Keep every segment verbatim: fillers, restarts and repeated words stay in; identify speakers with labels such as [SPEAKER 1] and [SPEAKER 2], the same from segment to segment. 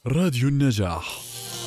[SPEAKER 1] راديو النجاح.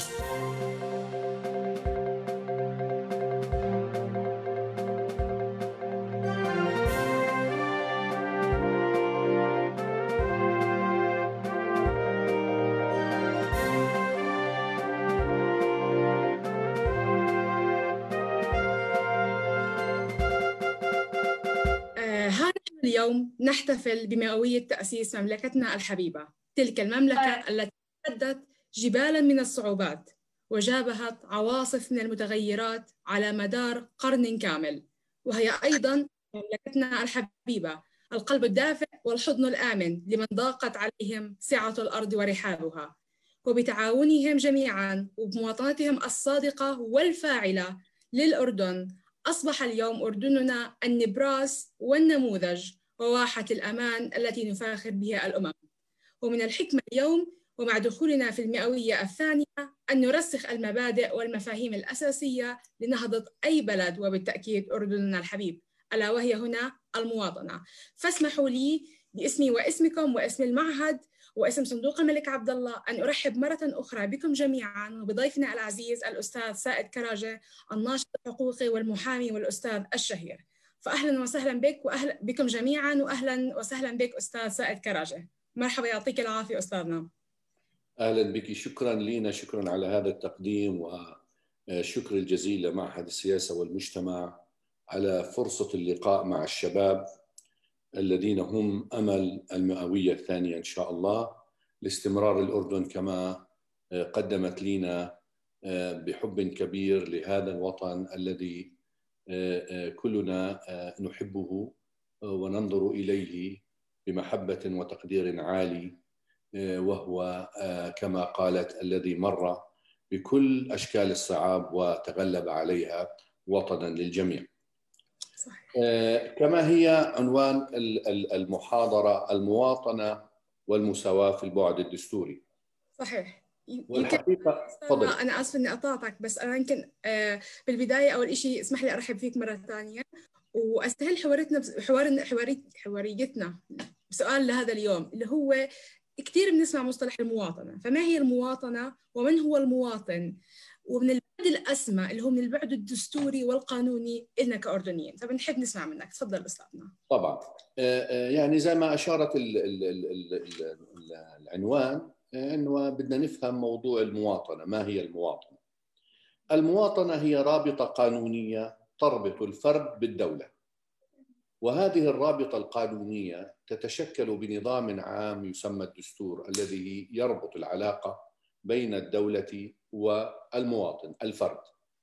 [SPEAKER 2] اليوم نحتفل بمئوية تأسيس مملكتنا الحبيبة، تلك المملكة التي تحدت جبالاً من الصعوبات وجابهت عواصف من المتغيرات على مدار قرن كامل، وهي أيضاً مملكتنا الحبيبة، القلب الدافئ والحضن الآمن لمن ضاقت عليهم سعة الأرض ورحابها. وبتعاونهم جميعاً وبمواطنتهم الصادقة والفاعلة للأردن، أصبح اليوم أردننا النبراس والنموذج وواحة الأمان التي نفاخر بها الأمم. ومن الحكمة اليوم ومع دخولنا في المئوية الثانية أن نرسخ المبادئ والمفاهيم الأساسية لنهضة أي بلد، وبالتأكيد أردننا الحبيب، ألا وهي هنا المواطنة. فاسمحوا لي باسمي واسمكم واسم المعهد واسم صندوق الملك عبد الله أن أرحب مرة أخرى بكم جميعاً وبضيفنا العزيز الأستاذ سائد كراجة، الناشط الحقوقي والمحامي والأستاذ الشهير. فأهلاً وسهلاً بك وأهلا بكم جميعاً، وأهلاً وسهلاً بك أستاذ سائد كراجة. مرحبا، يعطيك العافية أستاذنا.
[SPEAKER 3] أهلا بك، شكرا لينا، شكرا على هذا التقديم، وشكر الجزيل لمعهد السياسة والمجتمع على فرصة اللقاء مع الشباب الذين هم أمل المئوية الثانية إن شاء الله لاستمرار الأردن كما قدمت لنا بحب كبير لهذا الوطن الذي كلنا نحبه وننظر إليه بمحبة وتقدير عالي، وهو كما قالت الذي مر بكل أشكال الصعاب وتغلب عليها وطنا للجميع. صحيح. كما هي عنوان المحاضرة المواطنة والمساواة في البعد الدستوري.
[SPEAKER 2] صحيح.
[SPEAKER 3] والحقيقة فضل.
[SPEAKER 2] أنا آسف إني قطعتك، بس أنا يمكن بالبداية أول شيء اسمح لي أرحب فيك مرة ثانية وأستهل حوارتنا حوار حواري حواريتنا بسؤال لهذا اليوم اللي هو كثير بنسمع مصطلح المواطنة، فما هي المواطنة ومن هو المواطن؟ ومن البعد الأسمى اللي هو من البعد الدستوري والقانوني إلنا كأردنيين، فبنحب نسمع منك. تفضل أستاذنا.
[SPEAKER 3] طبعا يعني زي ما أشارت العنوان أنه بدنا نفهم موضوع المواطنة. ما هي المواطنة؟ المواطنة هي رابطة قانونية تربط الفرد بالدولة، وهذه الرابطة القانونية تتشكل بنظام عام يسمى الدستور الذي يربط العلاقة بين الدولة والمواطن الفرد.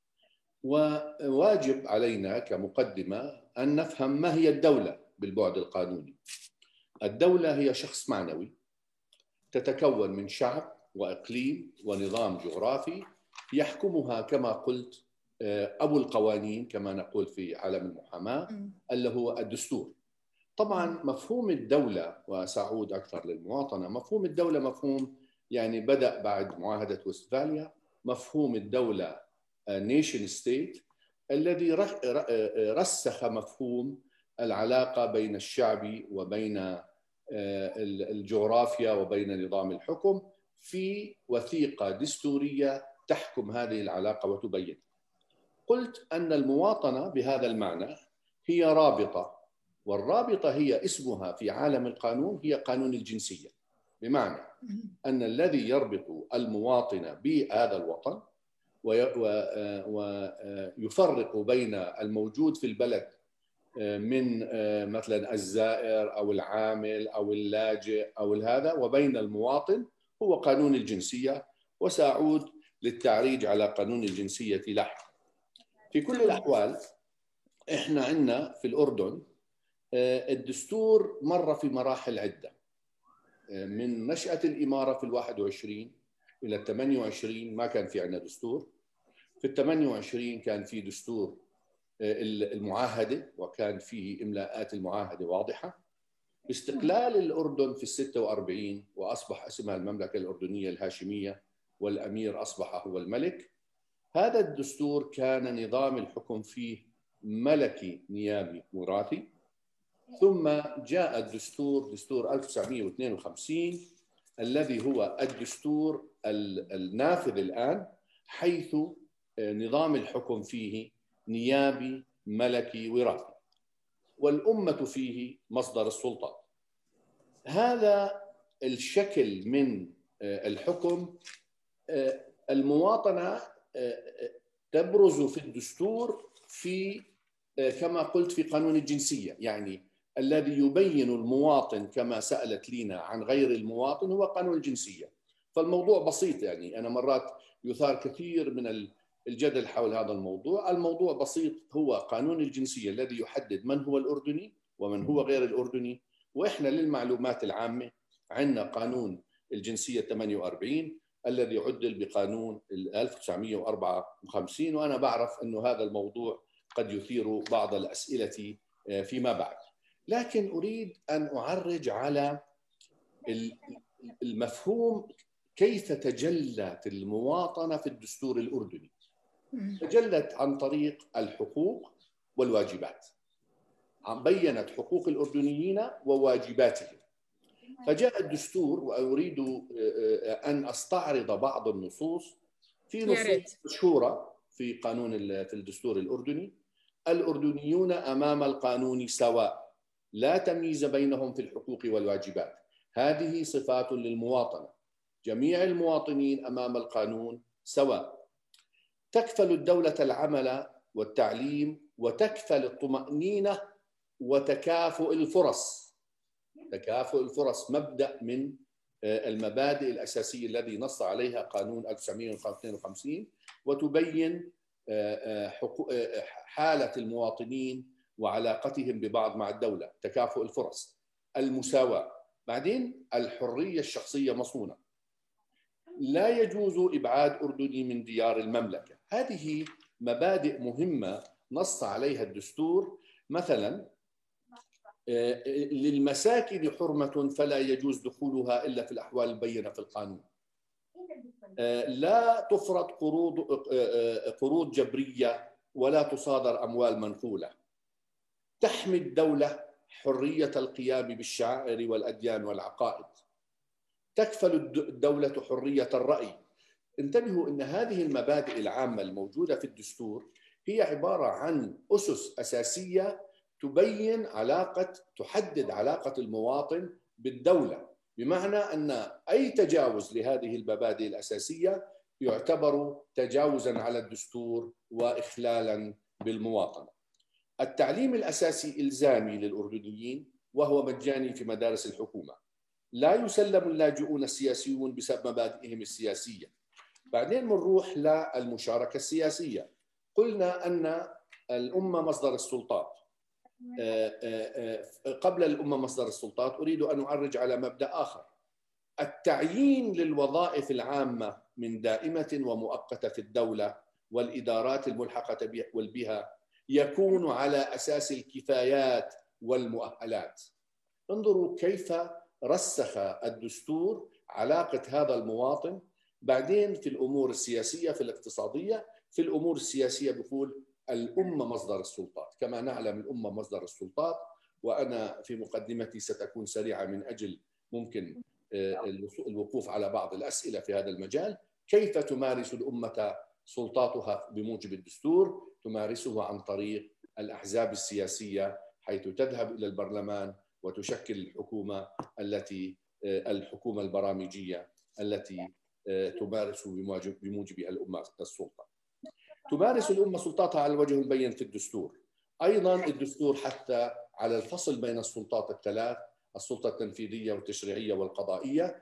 [SPEAKER 3] وواجب علينا كمقدمة أن نفهم ما هي الدولة بالبعد القانوني. الدولة هي شخص معنوي تتكون من شعب وإقليم ونظام جغرافي يحكمها كما قلت أبو القوانين كما نقول في عالم المحاماة اللي هو الدستور. طبعا مفهوم الدولة، وسأعود أكثر للمواطنة، مفهوم الدولة مفهوم يعني بدأ بعد معاهدة وستفاليا. مفهوم الدولة نيشن ستيت الذي رسخ مفهوم العلاقة بين الشعب وبين الجغرافيا وبين نظام الحكم في وثيقة دستورية تحكم هذه العلاقة وتبين. قلت أن المواطنة بهذا المعنى هي رابطة، والرابطة هي اسمها في عالم القانون هي قانون الجنسية، بمعنى أن الذي يربط المواطن بهذا الوطن ويفرق بين الموجود في البلد من مثلا الزائر أو العامل أو اللاجئ أو هذا وبين المواطن هو قانون الجنسية، وسأعود للتعريج على قانون الجنسية لاحقا. في كل الأحوال إحنا عندنا في الأردن الدستور مر في مراحل عدة، من نشأة الإمارة في الواحد وعشرين إلى الثمانية وعشرين ما كان في عندنا دستور. في الثمانية وعشرين كان في دستور المعاهدة وكان فيه إملاءات المعاهدة واضحة. باستقلال الأردن في الستة وأربعين وأصبح اسمها المملكة الأردنية الهاشمية والأمير أصبح هو الملك. هذا الدستور كان نظام الحكم فيه ملكي نيابي وراثي، ثم جاء الدستور دستور ألف وتسعمئة واثنين وخمسين الذي هو الدستور النافذ الآن، حيث نظام الحكم فيه نيابي ملكي وراثي، والأمة فيه مصدر السلطات. هذا الشكل من الحكم، المواطنة تبرز في الدستور في كما قلت في قانون الجنسية، يعني الذي يبين المواطن كما سألت لينا عن غير المواطن هو قانون الجنسية. فالموضوع بسيط، يعني أنا مرات يثار كثير من الجدل حول هذا الموضوع. الموضوع بسيط، هو قانون الجنسية الذي يحدد من هو الأردني ومن هو غير الأردني. وإحنا للمعلومات العامة عندنا قانون الجنسية ثمانية وأربعين الذي عدل بقانون ألف وتسعمئة وأربعة وخمسين، وأنا بعرف أنه هذا الموضوع قد يثير بعض الأسئلة فيما بعد، لكن أريد أن أعرج على المفهوم كيف تجلت المواطنة في الدستور الأردني. تجلت عن طريق الحقوق والواجبات، بينت حقوق الأردنيين وواجباتهم. فجاء الدستور، وأريد أن أستعرض بعض النصوص. في نصوص مشهورة في قانون في الدستور الأردني: الأردنيون أمام القانون سواء، لا تمييز بينهم في الحقوق والواجبات. هذه صفات للمواطنة، جميع المواطنين أمام القانون سواء. تكفل الدولة العمل والتعليم، وتكفل الطمأنينة وتكافؤ الفرص. تكافؤ الفرص مبدأ من المبادئ الأساسية الذي نص عليها قانون ألف وتسعمئة واثنين وخمسين، وتبين حالة المواطنين وعلاقتهم ببعض مع الدولة. تكافؤ الفرص، المساواة، بعدين الحرية الشخصية مصونة، لا يجوز إبعاد أردني من ديار المملكة. هذه مبادئ مهمة نص عليها الدستور. مثلا للمساكن حرمة فلا يجوز دخولها إلا في الأحوال البينة في القانون. لا تفرض قروض قروض جبرية ولا تصادر أموال منقولة. تحمي الدولة حرية القيام بالشعائر والأديان والعقائد. تكفل الدولة حرية الرأي. انتبهوا أن هذه المبادئ العامة الموجودة في الدستور هي عبارة عن أسس أساسية تبين علاقة، تحدد علاقة المواطن بالدولة، بمعنى أن أي تجاوز لهذه المبادئ الأساسية يعتبر تجاوزاً على الدستور وإخلالاً بالمواطنة. التعليم الأساسي إلزامي للأردنيين وهو مجاني في مدارس الحكومة. لا يسلم اللاجئون السياسيون بسبب مبادئهم السياسية. بعدين بنروح للمشاركة السياسية. قلنا أن الأمة مصدر السلطات. قبل الأمة مصدر السلطات أريد أن أعرج على مبدأ آخر: التعيين للوظائف العامة من دائمة ومؤقتة في الدولة والإدارات الملحقة بها يكون على أساس الكفايات والمؤهلات. انظروا كيف رسخ الدستور علاقة هذا المواطن. بعدين في الأمور السياسية، في الاقتصادية، في الأمور السياسية بيقول الأمة مصدر السلطات. كما نعلم الأمة مصدر السلطات، وأنا في مقدمتي ستكون سريعة من أجل ممكن الوقوف على بعض الأسئلة في هذا المجال. كيف تمارس الأمة سلطاتها بموجب الدستور؟ تمارسه عن طريق الأحزاب السياسية، حيث تذهب إلى البرلمان وتشكل الحكومة التي الحكومة البرامجية التي تمارس بموجب الأمة السلطة. تمارس الأمة سلطاتها على الوجه المبين في الدستور. أيضا الدستور حتى على الفصل بين السلطات الثلاث: السلطة التنفيذية والتشريعية والقضائية،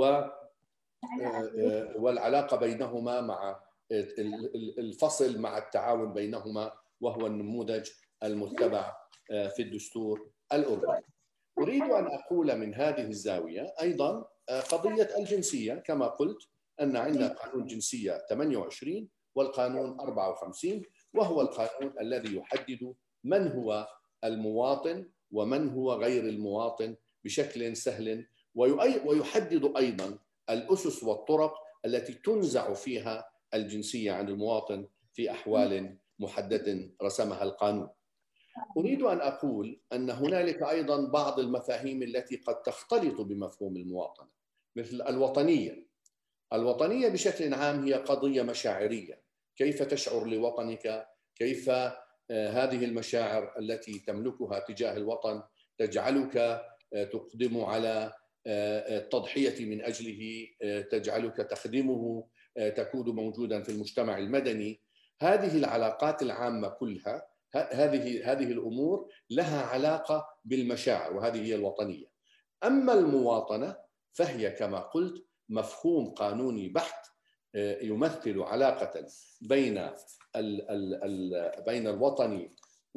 [SPEAKER 3] والعلاقة بينهما مع الفصل مع التعاون بينهما، وهو النموذج المتبع في الدستور الأردني. أريد أن أقول من هذه الزاوية أيضا قضية الجنسية. كما قلت أن عندنا قانون جنسية ثمانية وعشرين والقانون أربعة وخمسين، وهو القانون الذي يحدد من هو المواطن ومن هو غير المواطن بشكل سهل، ويحدد أيضا الأسس والطرق التي تنزع فيها الجنسية عن المواطن في أحوال محددة رسمها القانون. أريد أن أقول أن هنالك أيضا بعض المفاهيم التي قد تختلط بمفهوم المواطنة. مثل الوطنية. الوطنية بشكل عام هي قضية مشاعرية، كيف تشعر لوطنك، كيف هذه المشاعر التي تملكها تجاه الوطن تجعلك تقدم على التضحية من أجله، تجعلك تخدمه، تكون موجودا في المجتمع المدني. هذه العلاقات العامة كلها، هذه هذه الأمور لها علاقة بالمشاعر، وهذه هي الوطنية. أما المواطنة فهي كما قلت مفهوم قانوني بحت يمثل علاقة بين ال ال ال بين الوطني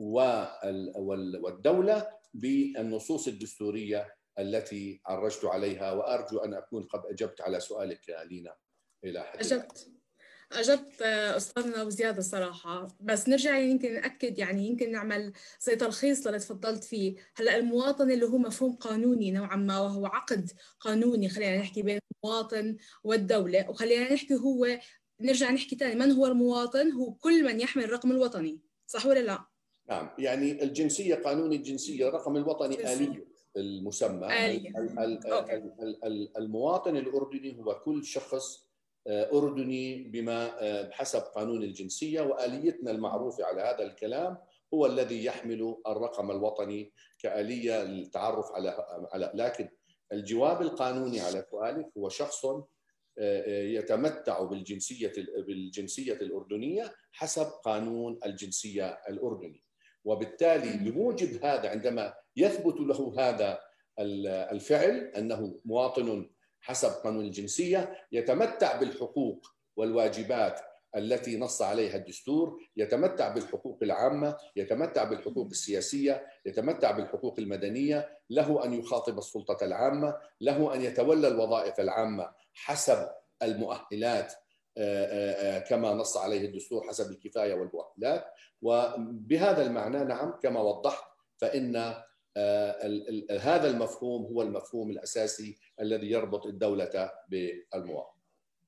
[SPEAKER 3] والدولة بالنصوص الدستورية التي عرجت عليها، وأرجو أن أكون قد أجبت على سؤالك يا لينا إلى حد
[SPEAKER 2] أجبت أجبت أستاذنا وزيادة الصراحة. بس نرجع يمكن نأكد، يعني يمكن نعمل زي تلخيص للي تفضلت فيه. هلأ المواطنة اللي هو مفهوم قانوني نوعا ما، وهو عقد قانوني خلينا نحكي بين المواطن والدولة. وخلينا نحكي هو نرجع نحكي ثاني، من هو المواطن؟ هو كل من يحمل الرقم الوطني، صح ولا لا؟
[SPEAKER 3] نعم، يعني الجنسية، قانون الجنسية، الرقم الوطني آلية المسمى.
[SPEAKER 2] آلية.
[SPEAKER 3] المواطن الأردني هو كل شخص أردني بما بحسب قانون الجنسية، وآليتنا المعروفة على هذا الكلام هو الذي يحمل الرقم الوطني كآلية للتعرف على على لكن الجواب القانوني على سؤالك هو شخص يتمتع بالجنسية بالجنسية الأردنية حسب قانون الجنسية الأردني. وبالتالي بموجب هذا، عندما يثبت له هذا الفعل أنه مواطن حسب قانون الجنسية، يتمتع بالحقوق والواجبات التي نص عليها الدستور، يتمتع بالحقوق العامة، يتمتع بالحقوق السياسية، يتمتع بالحقوق المدنية، له أن يخاطب السلطة العامة، له أن يتولى الوظائف العامة حسب المؤهلات كما نص عليه الدستور، حسب الكفاية والمؤهلات. وبهذا المعنى نعم كما وضحت، فإن هذا المفهوم هو المفهوم الأساسي الذي يربط الدولة بالمواطن.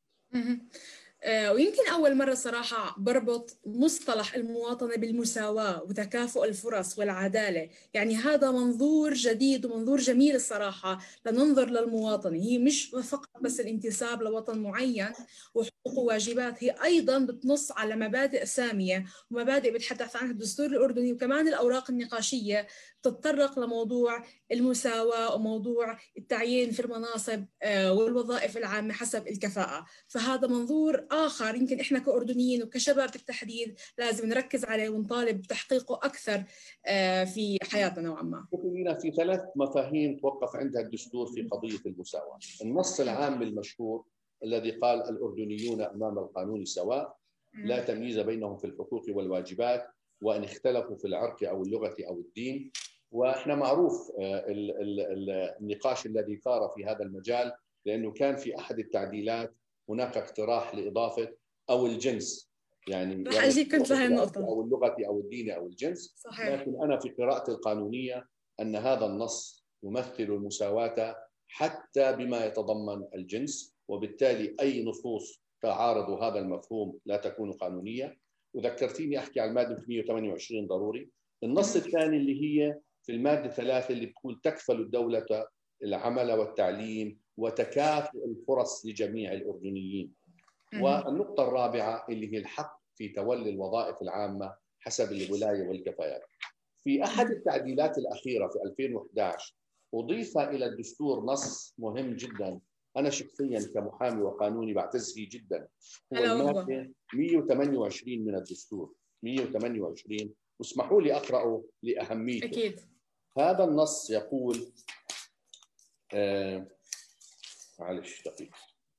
[SPEAKER 2] ويمكن أول مرة صراحة بربط مصطلح المواطنة بالمساواة وتكافؤ الفرص والعدالة. يعني هذا منظور جديد ومنظور جميل الصراحة لننظر للمواطنة. هي مش فقط بس الانتساب لوطن معين وحقوق وواجبات، هي أيضا بتنص على مبادئ سامية ومبادئ بتحدث عنها الدستور الأردني، وكمان الأوراق النقاشية تتطرق لموضوع المساواة وموضوع التعيين في المناصب والوظائف العامة حسب الكفاءة. فهذا منظور آخر يمكن إحنا كأردنيين وكشباب بالتحديد لازم نركز عليه ونطالب بتحقيقه أكثر في حياتنا نوعا ما.
[SPEAKER 3] في ثلاث مفاهيم توقف عندها الدستور في قضية المساواة. النص العام المشهور الذي قال الأردنيون أمام القانون سواء، لا تمييز بينهم في الحقوق والواجبات، وإن اختلفوا في العرق أو اللغة أو الدين. وإحنا معروف النقاش الذي ثار في هذا المجال، لأنه كان في أحد التعديلات هناك اقتراح لإضافة أو الجنس، يعني
[SPEAKER 2] رح أجي كنت لهي النقطة،
[SPEAKER 3] أو اللغة أو الدين أو الجنس.
[SPEAKER 2] صحيح.
[SPEAKER 3] لكن أنا في قراءة القانونية أن هذا النص يمثل المساواة حتى بما يتضمن الجنس، وبالتالي أي نصوص تعارض هذا المفهوم لا تكون قانونية. وذكرتيني أحكي عن المادة ثلاثمئة وثمانية وعشرين ضروري. النص الثاني اللي هي في المادة ثلاثة اللي بتقول تكفل الدولة العمل والتعليم وتكافؤ الفرص لجميع الأردنيين. والنقطة الرابعة اللي هي الحق في تولي الوظائف العامة حسب الولاية والكفاءات. في أحد التعديلات الأخيرة في ألفين وأحد عشر أضيف إلى الدستور نص مهم جدا، أنا شخصيا كمحامي وقانوني بعتز فيه جدا، هو المادة مئة وثمانية وعشرين من الدستور. مئة وثمانية وعشرين، واسمحوا لي أقرأه لأهميته.
[SPEAKER 2] أكيد.
[SPEAKER 3] هذا النص يقول آه معلش دقيقة،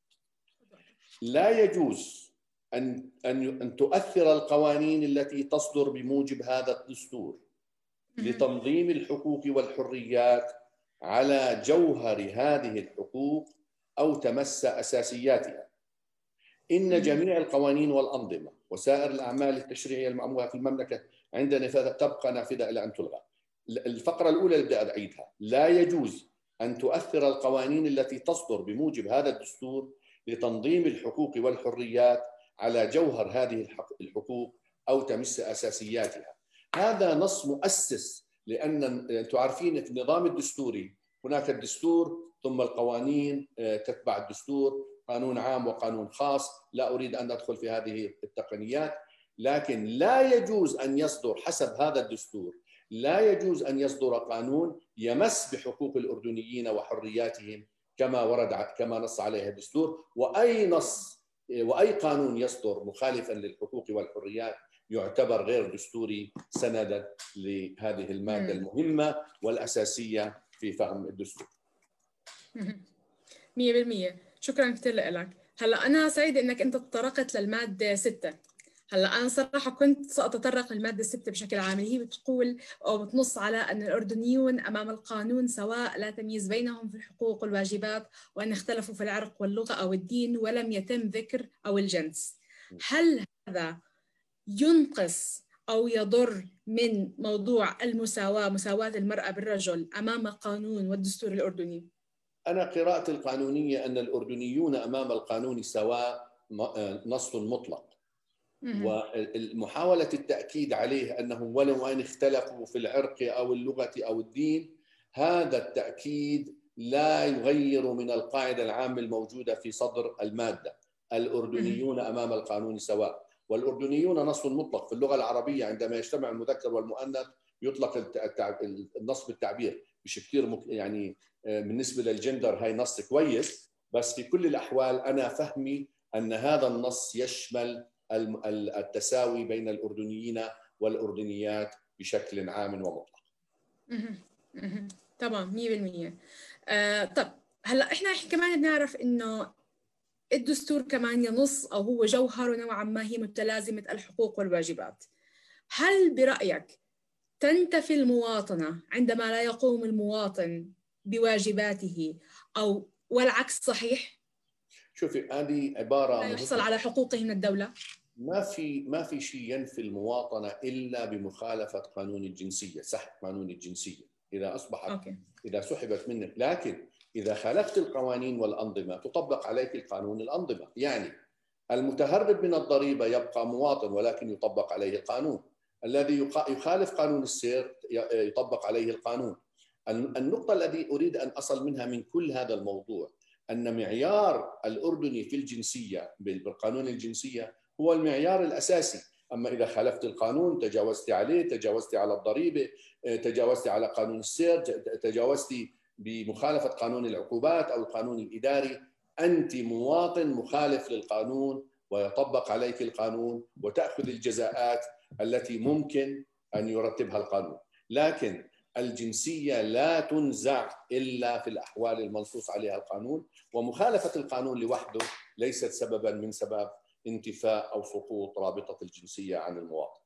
[SPEAKER 3] لا يجوز أن أن أن تؤثر القوانين التي تصدر بموجب هذا الدستور لتنظيم الحقوق والحريات على جوهر هذه الحقوق أو تمس أساسياتها. إن جميع القوانين والأنظمة وسائر الأعمال التشريعية المعمولة في المملكة عندنا تبقى نافذة إلى أن تلغى. الفقرة الأولى اللي بدي أعيدها، لا يجوز أن تؤثر القوانين التي تصدر بموجب هذا الدستور لتنظيم الحقوق والحريات على جوهر هذه الحقوق أو تمس أساسياتها. هذا نص مؤسس، لأن أنتم عارفين في النظام الدستوري هناك الدستور ثم القوانين تتبع الدستور، قانون عام وقانون خاص. لا أريد أن أدخل في هذه التقنيات، لكن لا يجوز أن يصدر حسب هذا الدستور، لا يجوز أن يصدر قانون يمس بحقوق الأردنيين وحرياتهم كما ورد كما نص عليها الدستور. وأي نص وأي قانون يصدر مخالفا للحقوق والحريات يعتبر غير دستوري سندا لهذه المادة المهمة والأساسية في فهم الدستور.
[SPEAKER 2] مية بالمية. شكرا كثير لك. هلا أنا سعيدة إنك أنت تطرقت للمادة ستة. هلا أنا صراحة كنت سأتطرق للمادة ستة بشكل عام، اللي هي بتقول أو بتنص على أن الأردنيون أمام القانون سواء، لا تمييز بينهم في الحقوق والواجبات، وأن اختلفوا في العرق واللغة أو الدين ولم يتم ذكر أو الجنس. هل هذا ينقص أو يضر من موضوع المساواة، مساواة المرأة بالرجل أمام القانون والدستور الأردني؟
[SPEAKER 3] أنا قراءتي القانونية أن الأردنيون أمام القانون سواء نص مطلق، ومحاولة التأكيد عليه أنهم ولو أن اختلفوا في العرق أو اللغة أو الدين، هذا التأكيد لا يغير من القاعدة العامة الموجودة في صدر المادة: الأردنيون أمام القانون سواء. والأردنيون نص مطلق في اللغة العربية، عندما يجتمع المذكر والمؤنث يطلق النص بالتعبير. مش كثير يعني بالنسبة للجندر هاي نص كويس، بس في كل الأحوال أنا فهمي أن هذا النص يشمل التساوي بين الأردنيين والأردنيات بشكل عام ومطلق.
[SPEAKER 2] طبعا مية بالمية. آه طب هلا احنا كمان بنعرف انه الدستور كمان ينص او هو جوهره نوعا ما هي متلازمة الحقوق والواجبات. هل برأيك تنتفي المواطنة عندما لا يقوم المواطن بواجباته او والعكس صحيح؟
[SPEAKER 3] شوفي هذه عبارة
[SPEAKER 2] لا يحصل على حقوقه من الدولة.
[SPEAKER 3] ما في ما في شيء ينفي المواطنة إلا بمخالفة قانون الجنسية، سحب قانون الجنسية إذا أصبحت أوكي. إذا سحبت منك. لكن إذا خالفت القوانين والأنظمة تطبق عليك القانون الأنظمة. يعني المتهرب من الضريبة يبقى مواطن ولكن يطبق عليه القانون، الذي يخالف قانون السير يطبق عليه القانون. النقطة التي أريد أن أصل منها من كل هذا الموضوع أن معيار الأردني في الجنسية بالقانون الجنسية هو المعيار الأساسي. أما إذا خالفت القانون، تجاوزت عليه، تجاوزت على الضريبة، تجاوزت على قانون السير، تجاوزت بمخالفة قانون العقوبات أو القانون الإداري، أنت مواطن مخالف للقانون ويطبق عليك القانون وتأخذ الجزاءات التي ممكن أن يرتبها القانون. لكن الجنسية لا تنزع إلا في الأحوال المنصوص عليها القانون، ومخالفة القانون لوحده ليست سببا من سبب انتفاء أو سقوط رابطة الجنسية عن المواطن.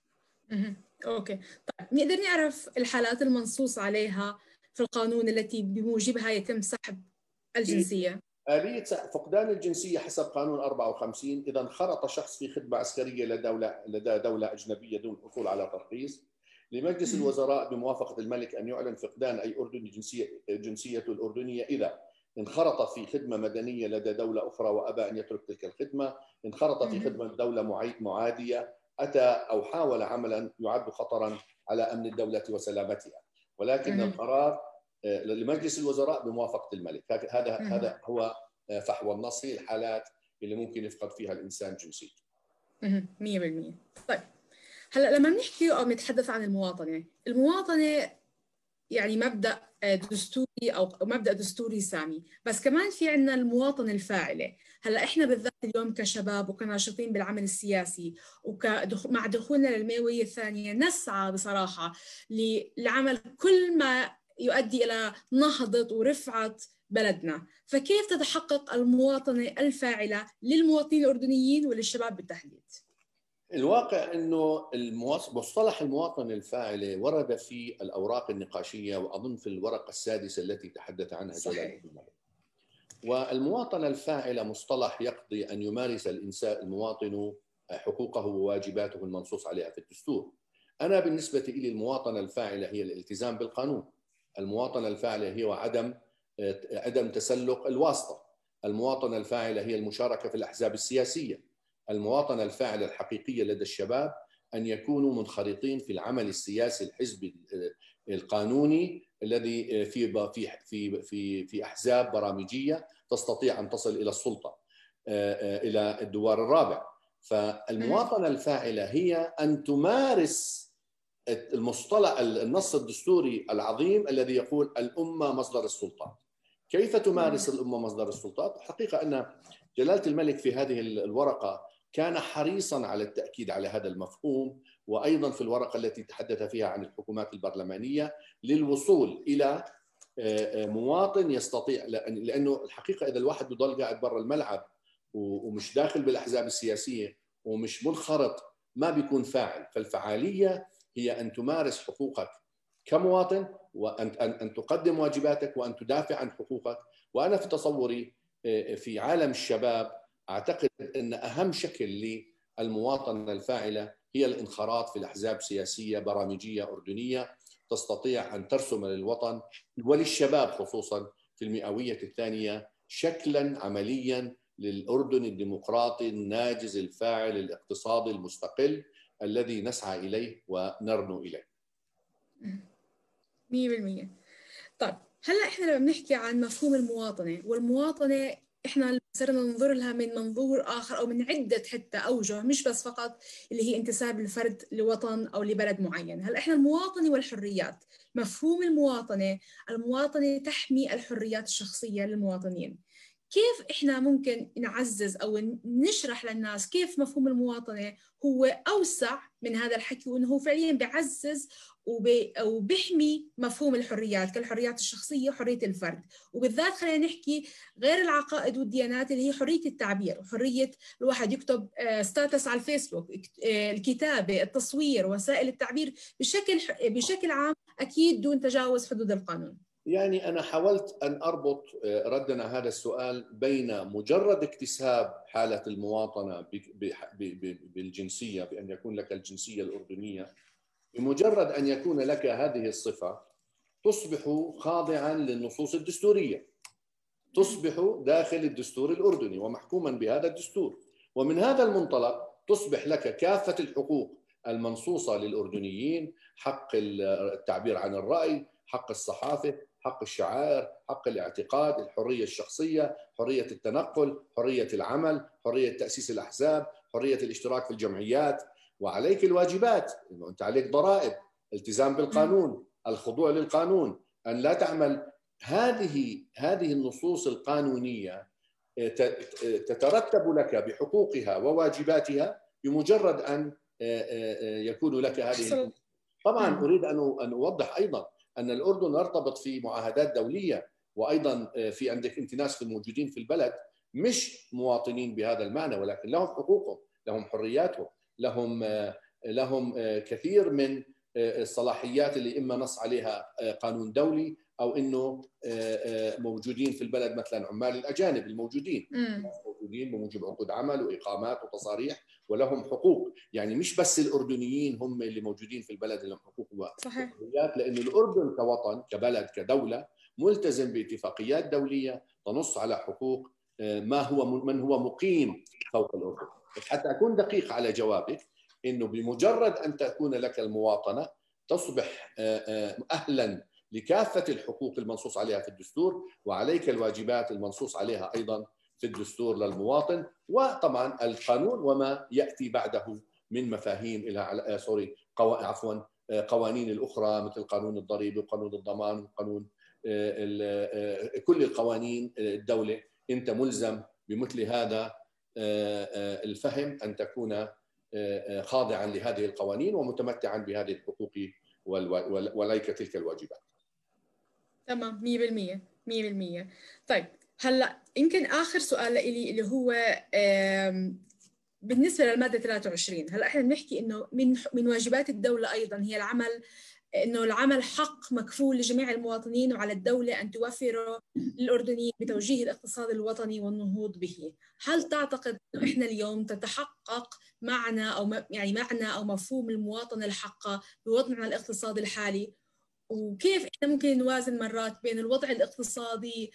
[SPEAKER 2] أوكي. طيب نقدر نعرف الحالات المنصوص عليها في القانون التي بموجبها يتم سحب الجنسية؟
[SPEAKER 3] آلية فقدان الجنسية حسب قانون أربعة وخمسين: إذا انخرط شخص في خدمة عسكرية لدولة لدى دولة أجنبية دون الحصول على ترخيص، لمجلس الوزراء بموافقة الملك أن يعلن فقدان أي أردني جنسية جنسيته الأردنية إذا انخرط في خدمة مدنية لدى دولة أخرى وأبى أن يترك تلك الخدمة، انخرط في خدمة دولة معادية، أتى أو حاول عملا يعد خطرا على أمن الدولة وسلامتها. ولكن القرار لمجلس الوزراء بموافقة الملك. هذا هذا هو فحوى النص، هي الحالات اللي ممكن يفقد فيها الإنسان جنسيته.
[SPEAKER 2] مية بالمية. طيب هلا لما بنحكي أو نتحدث عن المواطنة، المواطنة يعني مبدأ دستوري أو مبدأ دستوري سامي، بس كمان في عنا المواطنة الفاعلة. هلا إحنا بالذات اليوم كشباب وكناشطين بالعمل السياسي ومع دخولنا للمئوية الثانية نسعى بصراحة لعمل كل ما يؤدي إلى نهضة ورفعة بلدنا. فكيف تتحقق المواطنة الفاعلة للمواطنين الأردنيين وللشباب بالتحديد؟
[SPEAKER 3] الواقع أنه مصطلح المواطنة الفاعلة ورد في الأوراق النقاشية، وأظن في الورقة السادسة التي تحدث عنها جلالة الملك. والمواطنة الفاعلة مصطلح يقضي أن يمارس الإنسان المواطن حقوقه وواجباته المنصوص عليها في الدستور. أنا بالنسبة لي المواطنة الفاعلة هي الالتزام بالقانون. المواطنة الفاعلة هي عدم عدم تسلق الواسطة. المواطنة الفاعلة هي المشاركة في الأحزاب السياسية. المواطنة الفاعلة الحقيقية لدى الشباب أن يكونوا منخرطين في العمل السياسي الحزبي القانوني الذي في في في في في احزاب برامجيه تستطيع ان تصل الى السلطه الى الدوار الرابع. فالمواطنه الفاعله هي ان تمارس المصطلح النص الدستوري العظيم الذي يقول الامه مصدر السلطات. كيف تمارس الامه مصدر السلطات؟ الحقيقه ان جلاله الملك في هذه الورقه كان حريصا على التاكيد على هذا المفهوم، وايضا في الورقه التي تحدث فيها عن الحكومات البرلمانيه للوصول الى مواطن يستطيع، لانه الحقيقه اذا الواحد بضل قاعد برا الملعب ومش داخل بالاحزاب السياسيه ومش منخرط ما بيكون فاعل. فالفعاليه هي ان تمارس حقوقك كمواطن، وان ان تقدم واجباتك، وان تدافع عن حقوقك. وانا في تصوري في عالم الشباب اعتقد ان اهم شكل للمواطنه الفاعله هي الانخراط في الاحزاب السياسيه برامجيه اردنيه تستطيع ان ترسم للوطن وللشباب خصوصا في المئويه الثانيه شكلا عمليا للاردن الديمقراطي الناجز الفاعل الاقتصادي المستقل الذي نسعى اليه ونرنو اليه.
[SPEAKER 2] مية بالمية. طيب هلا احنا لما بنحكي عن مفهوم المواطنه، والمواطنه احنا صرنا ننظر لها من منظور اخر او من عده حتى اوجه، مش بس فقط اللي هي انتساب الفرد لوطن او لبلد معين. هلا احنا المواطنه والحريات، مفهوم المواطنه، المواطنه تحمي الحريات الشخصيه للمواطنين. كيف احنا ممكن نعزز او نشرح للناس كيف مفهوم المواطنه هو اوسع من هذا الحكي، وانه هو فعليا بيعزز وبيحمي مفهوم الحريات كالحريات الشخصيه وحريه الفرد، وبالذات خلينا نحكي غير العقائد والديانات اللي هي حريه التعبير وحريه الواحد يكتب ستاتس على الفيسبوك، الكتابه، التصوير، وسائل التعبير بشكل بشكل عام، اكيد دون تجاوز حدود القانون.
[SPEAKER 3] يعني أنا حاولت أن أربط ردنا هذا السؤال بين مجرد اكتساب حالة المواطنة بالجنسية، بأن يكون لك الجنسية الأردنية، بمجرد أن يكون لك هذه الصفة تصبح خاضعا للنصوص الدستورية، تصبح داخل الدستور الأردني ومحكوما بهذا الدستور، ومن هذا المنطلق تصبح لك كافة الحقوق المنصوصة للأردنيين: حق التعبير عن الرأي، حق الصحافة، حق الشعائر، حق الاعتقاد، الحرية الشخصية، حرية التنقل، حرية العمل، حرية تأسيس الأحزاب، حرية الاشتراك في الجمعيات. وعليك الواجبات، إنه أنت عليك ضرائب، التزام بالقانون، الخضوع للقانون، أن لا تعمل. هذه هذه النصوص القانونية تترتب لك بحقوقها وواجباتها بمجرد أن يكون لك هذه. طبعا أريد أن أوضح أيضا أن الأردن يرتبط في معاهدات دولية، وأيضا في عندك أنت ناس في الموجودين في البلد مش مواطنين بهذا المعنى، ولكن لهم حقوقهم، لهم حرياتهم، لهم لهم كثير من الصلاحيات اللي إما نص عليها قانون دولي أو إنه موجودين في البلد، مثلا عمال الأجانب الموجودين موجودين بموجب عقود عمل وإقامات وتصاريح ولهم حقوق. يعني مش بس الأردنيين هم اللي موجودين في البلد لهم حقوق وحريات، لأن الأردن كوطن كبلد كدولة ملتزم باتفاقيات دولية تنص على حقوق ما هو من هو مقيم فوق الأردن. حتى أكون دقيق على جوابك، إنه بمجرد أن تكون لك المواطنة تصبح أهلا لكافة الحقوق المنصوص عليها في الدستور، وعليك الواجبات المنصوص عليها أيضا في الدستور للمواطن، وطبعا القانون وما يأتي بعده من مفاهيم إلى سوري قو... عفوا قوانين الأخرى مثل قانون الضريبة وقانون الضمان وقانون كل القوانين الدولة. أنت ملزم بمثل هذا الفهم أن تكون خاضعا لهذه القوانين ومتمتعا بهذه الحقوق وليك تلك الواجبات.
[SPEAKER 2] تمام، مية بالمية مية بالمية. طيب هلا يمكن آخر سؤال لي اللي هو بالنسبة للمادة ثلاثة وعشرين. هلا احنا بنحكي انه من من واجبات الدولة ايضا هي العمل، انه العمل حق مكفول لجميع المواطنين، وعلى الدولة ان توفره للاردنيين بتوجيه الاقتصاد الوطني والنهوض به. هل تعتقد انه احنا اليوم تتحقق معنى او يعني معنى او مفهوم المواطنة الحقة بوضعنا الاقتصادي الحالي؟ وكيف احنا ممكن نوازن مرات بين الوضع الاقتصادي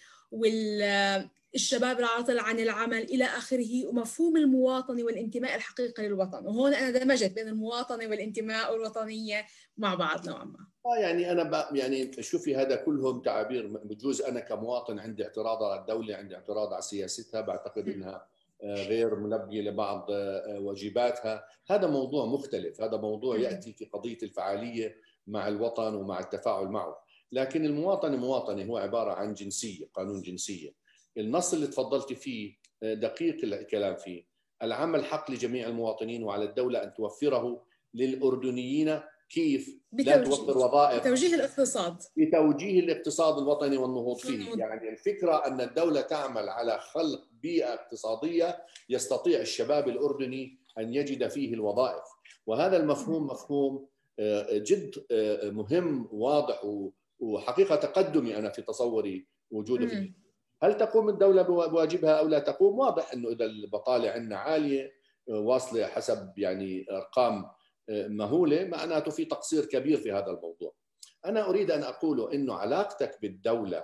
[SPEAKER 2] والشباب العاطل عن العمل إلى آخره ومفهوم المواطنة والانتماء الحقيقي للوطن. وهون أنا دمجت بين المواطنة والانتماء والوطنية مع بعض نوعا ما.
[SPEAKER 3] اه يعني انا يعني شوفي هذا كلهم تعابير. بجوز انا كمواطن عندي اعتراض على الدوله، عندي اعتراض على سياستها، بعتقد انها غير ملبيه لبعض واجباتها. هذا موضوع مختلف، هذا موضوع ياتي في قضيه الفعاليه مع الوطن ومع التفاعل معه. لكن المواطنه مواطنه هو عباره عن جنسيه، قانون جنسيه. النص اللي تفضلت فيه دقيق الكلام فيه، العمل حق لجميع المواطنين وعلى الدوله ان توفره للاردنيين. كيف؟ لا توفر وظائف،
[SPEAKER 2] بتوجيه الاقتصاد،
[SPEAKER 3] بتوجيه الاقتصاد الوطني والنهوض فيه. يعني الفكرة أن الدولة تعمل على خلق بيئة اقتصادية يستطيع الشباب الأردني أن يجد فيه الوظائف. وهذا المفهوم مفهوم جد مهم واضح وحقيقة تقدمي أنا في تصوري وجوده في. هل تقوم الدولة بواجبها أو لا تقوم؟ واضح أنه إذا البطالة عندنا عالية واصلة حسب يعني أرقام مهولة، معناته في تقصير كبير في هذا الموضوع. أنا أريد أن أقول إنه علاقتك بالدولة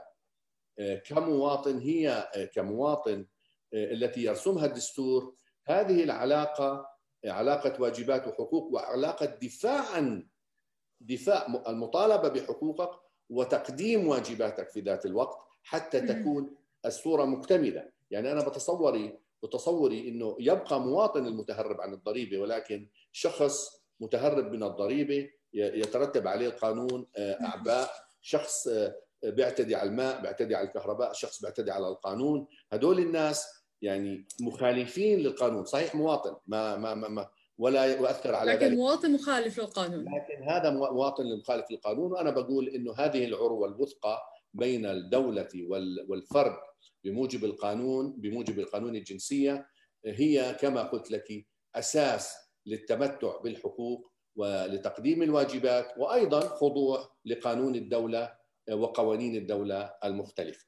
[SPEAKER 3] كمواطن هي كمواطن التي يرسمها الدستور، هذه العلاقة علاقة واجبات وحقوق، وعلاقة دفاع عن دفاع المطالبة بحقوقك وتقديم واجباتك في ذات الوقت حتى تكون الصورة مكتملة. يعني أنا بتصوري بتصوري إنه يبقى مواطن المتهرب عن الضريبة، ولكن شخص متهرب من الضريبة يترتب عليه القانون أعباء، شخص بيعتدي على الماء، بيعتدي على الكهرباء، شخص بيعتدي على القانون. هدول الناس يعني مخالفين للقانون، صحيح مواطن ما ما ما ولا يؤثر على
[SPEAKER 2] لكن
[SPEAKER 3] ذلك،
[SPEAKER 2] مواطن مخالف للقانون.
[SPEAKER 3] لكن هذا مواطن مخالف للقانون. وأنا بقول إنه هذه العروة الوثقى بين الدولة والفرد بموجب القانون بموجب القانون الجنسية هي كما قلت لك أساس للتمتع بالحقوق ولتقديم الواجبات، وأيضا خضوع لقانون الدولة وقوانين الدولة المختلفة.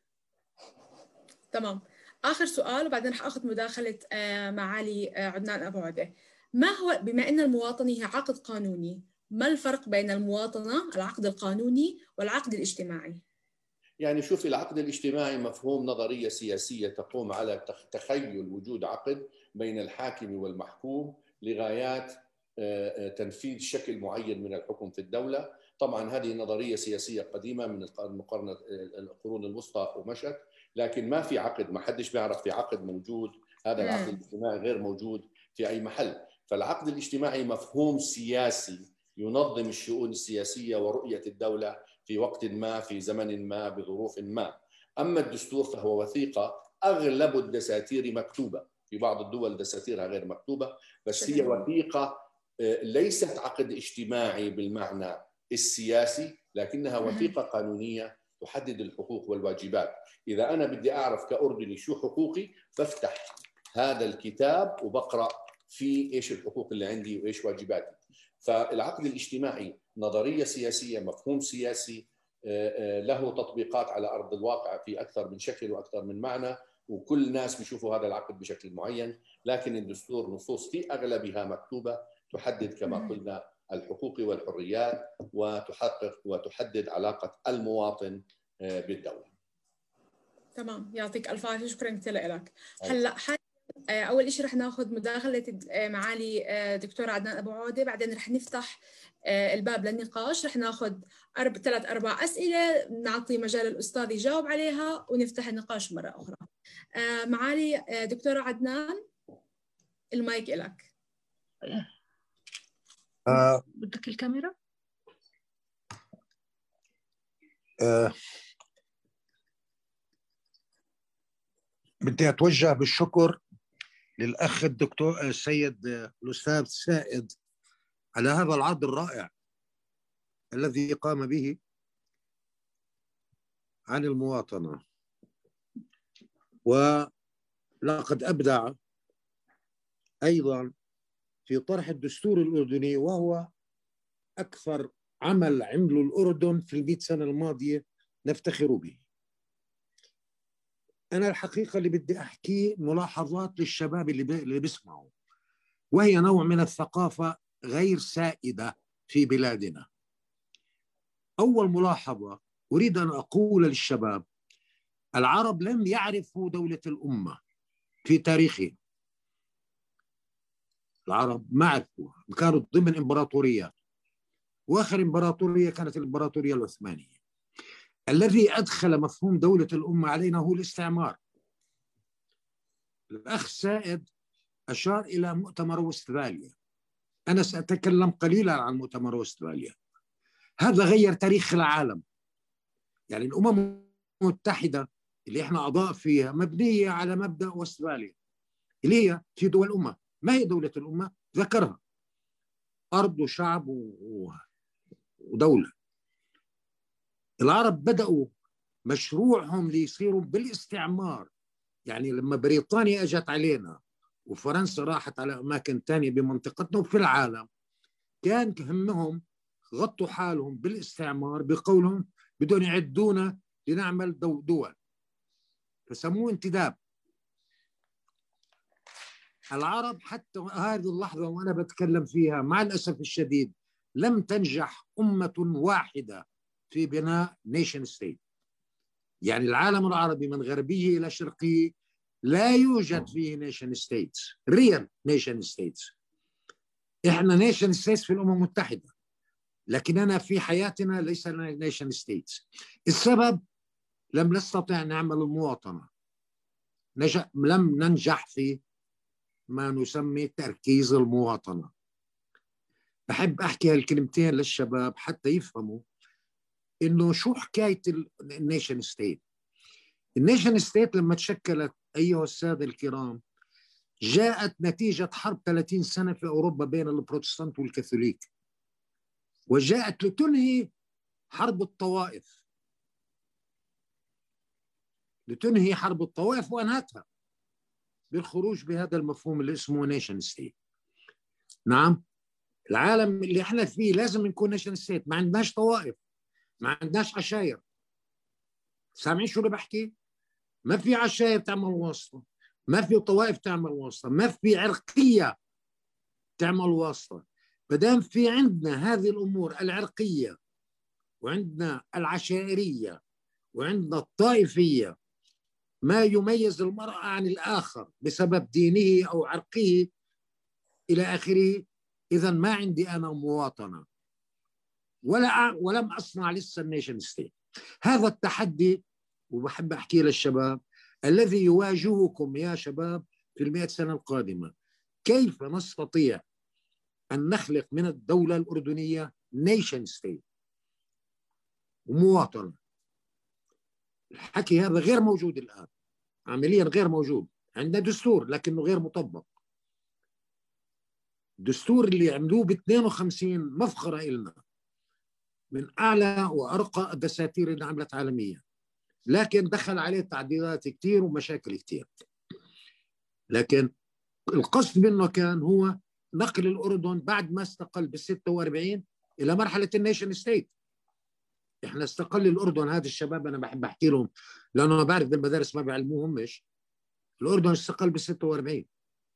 [SPEAKER 2] تمام. آخر سؤال وبعدين رح أخذ مداخلة معالي عدنان أبو عودة. ما هو، بما أن المواطنة هي عقد قانوني، ما الفرق بين المواطنة العقد القانوني والعقد الاجتماعي؟
[SPEAKER 3] يعني شوفي، العقد الاجتماعي مفهوم نظرية سياسية تقوم على تخيل وجود عقد بين الحاكم والمحكوم لغايات تنفيذ شكل معين من الحكم في الدولة. طبعا هذه نظرية سياسية قديمة من المقارنة القرون الوسطى ومشت، لكن ما في عقد، ما حدش بيعرف في عقد موجود. هذا العقد الاجتماعي غير موجود في أي محل. فالعقد الاجتماعي مفهوم سياسي ينظم الشؤون السياسية ورؤية الدولة في وقت ما، في زمن ما، بظروف ما. أما الدستور فهو وثيقة، أغلب الدساتير مكتوبة، في بعض الدول دساتيرها غير مكتوبة، بس هي وثيقة ليست عقد اجتماعي بالمعنى السياسي، لكنها وثيقة قانونية تحدد الحقوق والواجبات. إذا أنا بدي أعرف كأردني شو حقوقي، بفتح هذا الكتاب وبقرأ في إيش الحقوق اللي عندي وإيش واجباتي. فالعقد الاجتماعي نظرية سياسية، مفهوم سياسي له تطبيقات على أرض الواقع في أكثر من شكل وأكثر من معنى، وكل الناس بيشوفوا هذا العقد بشكل معين. لكن الدستور نصوص في أغلبها مكتوبة تحدد كما قلنا الحقوق والحريات، وتحقق وتحدد علاقة المواطن بالدولة.
[SPEAKER 2] تمام، يعطيك ألف عافية، شكرا كثير لك. هلا أول شيء رح ناخذ مداخلة معالي دكتور عدنان أبو عودة، بعدين رح نفتح الباب للنقاش. رح ناخذ أرب... ثلاث أربع أسئلة، نعطي مجال الأستاذ يجاوب عليها ونفتح النقاش مرة أخرى. معالي دكتور عدنان، المايك إلك.
[SPEAKER 1] آه
[SPEAKER 4] بدك الكاميرا؟
[SPEAKER 1] آه بدي أتوجه بالشكر للأخ الدكتور السيد الأستاذ سائد على هذا العرض الرائع الذي قام به عن المواطنة، ولقد أبدع أيضا في طرح الدستور الأردني، وهو أكثر عمل عمله الأردن في المئة سنة الماضية نفتخر به. أنا الحقيقة اللي بدي أحكي ملاحظات للشباب اللي, بي... اللي بيسمعوا، وهي نوع من الثقافة غير سائدة في بلادنا. أول ملاحظة أريد أن أقول للشباب: العرب لم يعرفوا دولة الأمة في تاريخهم. العرب ما عرفوها، كانوا ضمن إمبراطوريات، وآخر إمبراطورية كانت الإمبراطورية العثمانية. الذي أدخل مفهوم دولة الأمة علينا هو الاستعمار. الأخ سائد أشار إلى مؤتمر وستفاليا، أنا سأتكلم قليلا عن مؤتمر وستفاليا. هذا غير تاريخ العالم. يعني الأمم المتحدة اللي احنا أعضاء فيها مبنية على مبدأ وستفاليا، اللي هي في دول الأمة. ما هي دولة الأمة؟ ذكرها: أرض وشعب ودولة. العرب بدأوا مشروعهم ليصيروا بالاستعمار. يعني لما بريطانيا أجت علينا وفرنسا راحت على أماكن تانية بمنطقتنا وفي العالم، كان همهم غطوا حالهم بالاستعمار بقولهم بدون يعدونا لنعمل دول، فسموه انتداب. العرب حتى هذه اللحظة وأنا بتكلم فيها مع الأسف الشديد لم تنجح أمة واحدة في بناء نيشن ستيت. يعني العالم العربي من غربيه إلى شرقيه لا يوجد فيه نيشن ستيتس، ريال نيشن ستيتس. إحنا نيشن ستيتس في الأمم المتحدة، لكننا في حياتنا ليس لنا نيشن ستيتس. السبب: لم نستطع نعمل المواطنة، نجح لم ننجح في ما نسمي تركيز المواطنة. بحب أحكي هالكلمتين للشباب حتى يفهموا إنه شو حكاية النيشن ستيت. النيشن ستيت لما تشكلت أيها السادة الكرام جاءت نتيجة حرب ثلاثين سنة في أوروبا بين البروتستانت والكاثوليك، وجاءت لتنهي حرب الطوائف، لتنهي حرب الطوائف وأنهتها بالخروج بهذا المفهوم اللي اسمه نيشن ستيت. نعم، العالم اللي احنا فيه لازم نكون نيشن ستيت، ما عندناش طوائف، ما عندناش عشاير. سامعين شو اللي بحكي؟ ما في عشاير تعمل واسطة، ما في طوائف تعمل واسطة، ما في عرقية تعمل واسطة. بدام في عندنا هذه الأمور العرقية وعندنا العشائرية وعندنا الطائفية، ما يميز المرأة عن الآخر بسبب دينه أو عرقه إلى آخره، إذا ما عندي أنا مواطنة ولا ولم أصنع لسه النيشن ستيت. هذا التحدي، وبحب أحكي للشباب الذي يواجهكم يا شباب في المئة سنة القادمة: كيف نستطيع أن نخلق من الدولة الأردنية نيشن ستيت ومواطنة. الحكي هذا غير موجود الآن، عمليا غير موجود. عندنا دستور لكنه غير مطبق. الدستور اللي عملوه ب اثنين وخمسين مفخرة إلنا، من أعلى وأرقى الدساتير اللي عملت عالميا، لكن دخل عليه تعديلات كتير ومشاكل كتير. لكن القصد منه كان هو نقل الأردن بعد ما استقل بال ستة وأربعين إلى مرحلة النيشن ستيت. إحنا استقل الأردن، هذا الشباب أنا بحب أحكي لهم لأنه أنا بعرف بالمدارس ما بيعلموهم. مش الأردن استقل بال ستة وأربعين.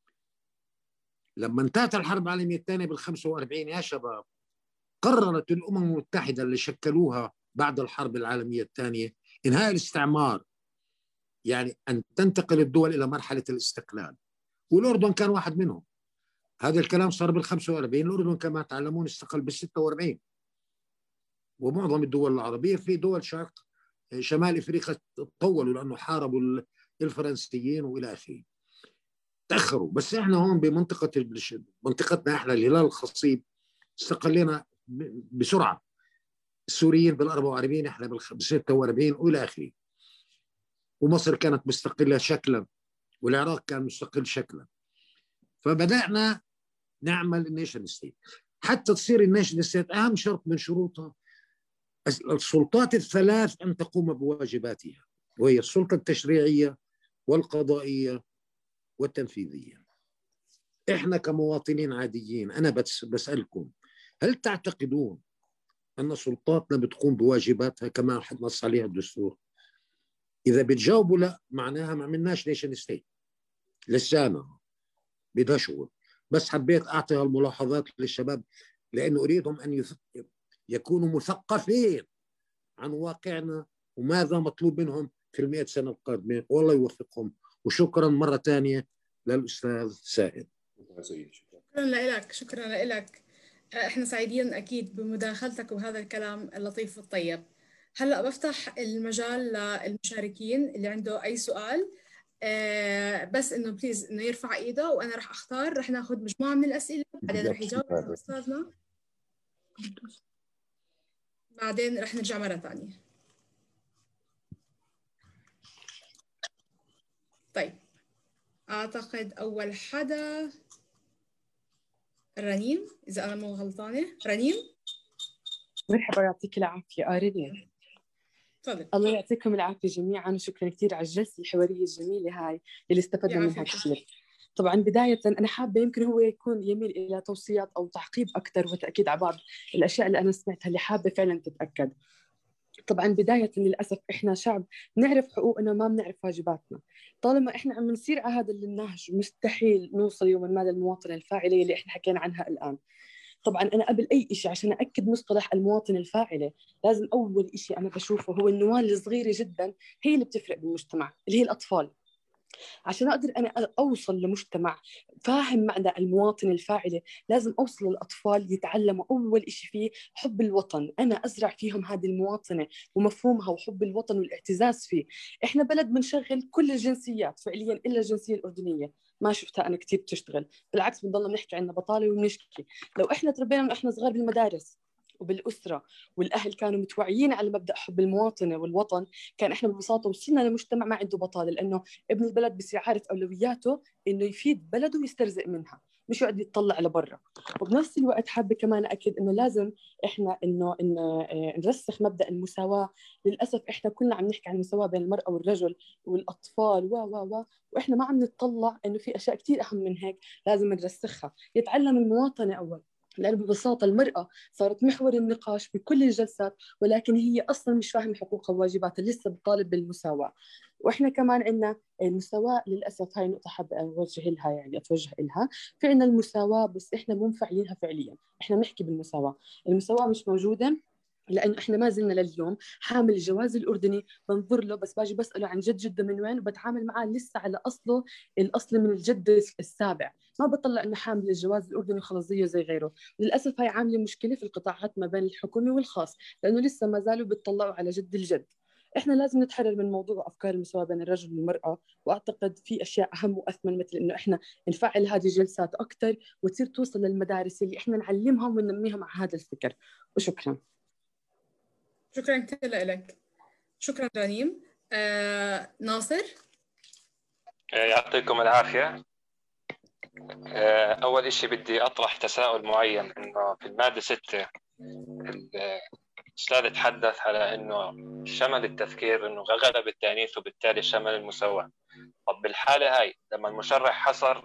[SPEAKER 1] لما انتهت الحرب العالمية الثانية بال خمسة وأربعين يا شباب، قررت الأمم المتحدة اللي شكلوها بعد الحرب العالمية الثانية إنهاء الاستعمار، يعني أن تنتقل الدول إلى مرحلة الاستقلال، والأردن كان واحد منهم. هذا الكلام صار بال خمسة وأربعين، الأردن كما تعلمون استقل بال ستة وأربعين. ومعظم الدول العربية في دول شرق شمال أفريقيا تطولوا لأنه حاربوا الفرنسيين وإلى آخره، تأخروا. بس إحنا هون بمنطقة منطقتنا إحنا الهلال الخصيب استقلنا بسرعة. السوريين بال أربعة وأربعين، إحنا بال ستة وأربعين وإلى آخره. ومصر كانت مستقلة شكلا، والعراق كان مستقل شكلا. فبدأنا نعمل النيشن ستيت. حتى تصير النيشن ستيت أهم شرط من شروطها السلطات الثلاث أن تقوم بواجباتها، وهي السلطة التشريعية والقضائية والتنفيذية. إحنا كمواطنين عاديين أنا بسألكم: هل تعتقدون أن سلطاتنا بتقوم بواجباتها كما نص عليها الدستور؟ إذا بتجاوبوا لا، معناها ما عملناش نيشن ستيت. لسانا بدها شغل. بس حبيت أعطي هالملاحظات للشباب لأنه أريدهم أن يكونوا مثقفين عن واقعنا وماذا مطلوب منهم في المئة سنة القادمة، والله يوفقهم. وشكرا مرة ثانية للأستاذ سائد.
[SPEAKER 2] شكرا لك، شكرا لك. احنا سعيدين أكيد بمداخلتك وهذا الكلام اللطيف والطيب. هلأ بفتح المجال للمشاركين اللي عنده أي سؤال، آه بس إنه بليز إنه يرفع إيده وأنا رح أختار، رح ناخذ مجموعة من الأسئلة بعدين رح يجاوب أستاذنا، بعدين رح نرجع مرة ثانية. طيب أعتقد أول حدا رنيم، إذا أنا مو غلطانة. رنيم
[SPEAKER 4] مرحبا، يعطيك العافية. آه رنيم،
[SPEAKER 2] تفضل.
[SPEAKER 4] الله يعطيكم العافية جميعا، وشكرا كثير على الجلسة الحوارية الجميلة هاي اللي استفدنا منها كثير. طبعا بداية أنا حابة يمكن هو يكون يميل إلى توصيات أو تعقيب أكثر وتأكيد على بعض الأشياء اللي أنا سمعتها اللي حابة فعلا تتأكد. طبعا بداية للأسف إحنا شعب نعرف حقوقنا ما بنعرف واجباتنا. طالما إحنا عم نسير على هذا النهج مستحيل نوصل يوما ما للمواطنة الفاعلة اللي إحنا حكينا عنها الآن. طبعا أنا قبل أي شيء عشان أأكد مصطلح المواطن الفاعلة لازم أول شيء أنا بشوفه هو النواة الصغيرة جدا هي اللي بتفرق بالمجتمع، اللي هي الأطفال. عشان أقدر أنا أوصل لمجتمع فاهم معنى المواطن الفاعلة لازم أوصل للأطفال يتعلموا أول إشي فيه حب الوطن، أنا أزرع فيهم هذه المواطنة ومفهومها وحب الوطن والاعتزاز فيه. إحنا بلد بنشغل كل الجنسيات فعليا إلا الجنسية الأردنية، ما شفتها أنا كتير بتشتغل، بالعكس بنضلنا بنحكي عنا بطالة وبنشكي. لو إحنا تربينا وإحنا صغار بالمدارس وبالأسرة والأهل كانوا متوعيين على مبدأ حب المواطنة والوطن، كان إحنا ببساطة وصلنا لمجتمع ما عنده بطالة، لأنه ابن البلد بصير عارف أولوياته إنه يفيد بلده ويسترزق منها مش يقعد يتطلع لبرا. وبنفس الوقت حابة كمان أكيد إنه لازم إحنا إنه إنه نرسخ مبدأ المساواة. للأسف إحنا كلنا عم نحكي عن المساواة بين المرأة والرجل والأطفال و و و وإحنا ما عم نتطلع إنه في أشياء كتير أهم من هيك لازم نرسخها. يتعلم المواطنة أول، لأن ببساطة المرأة صارت محور النقاش بكل الجلسات، ولكن هي أصلا مش فاهمة حقوقها وواجباتها، لسه بتطالب بالمساواة. وإحنا كمان عندنا المساواة للأسف، هاي نقطة حابة أوجه لها يعني أتوجه لها. في عندنا المساواة بس إحنا مو مفعلينها فعليا. إحنا بنحكي بالمساواة، المساواة مش موجودة لأنه إحنا ما زلنا لليوم حامل الجواز الأردني بنظر له بس باجي بسأله عن جد جده من وين وبتعامل معاه لسه على أصله، الأصل من الجد السابع، ما بطلع إنه حامل الجواز الأردني خلاص زيه زي غيره. للأسف هاي عاملة مشكلة في القطاعات ما بين الحكومي والخاص، لأنه لسه ما زالوا بتطلعوا على جد الجد. إحنا لازم نتحرر من موضوع أفكار المساواة بين الرجل والمرأة، وأعتقد في أشياء أهم وأثمن مثل إنه إحنا نفعل هذه الجلسات أكثر وتصير توصل للمدارس اللي إحنا نعلمهم وننميهم على هذا الفكر. وشكرا.
[SPEAKER 2] شكرا كثير لك. شكرا رنيم. آه، ناصر.
[SPEAKER 5] يعطيكم العافية. أول إشي بدي أطرح تساؤل معين، إنه في المادة ستة الأستاذ تحدث على إنه شمل التفكير إنه غلب التأنيث وبالتالي شمل المساواة. طب بالحالة هاي لما المشرع حصر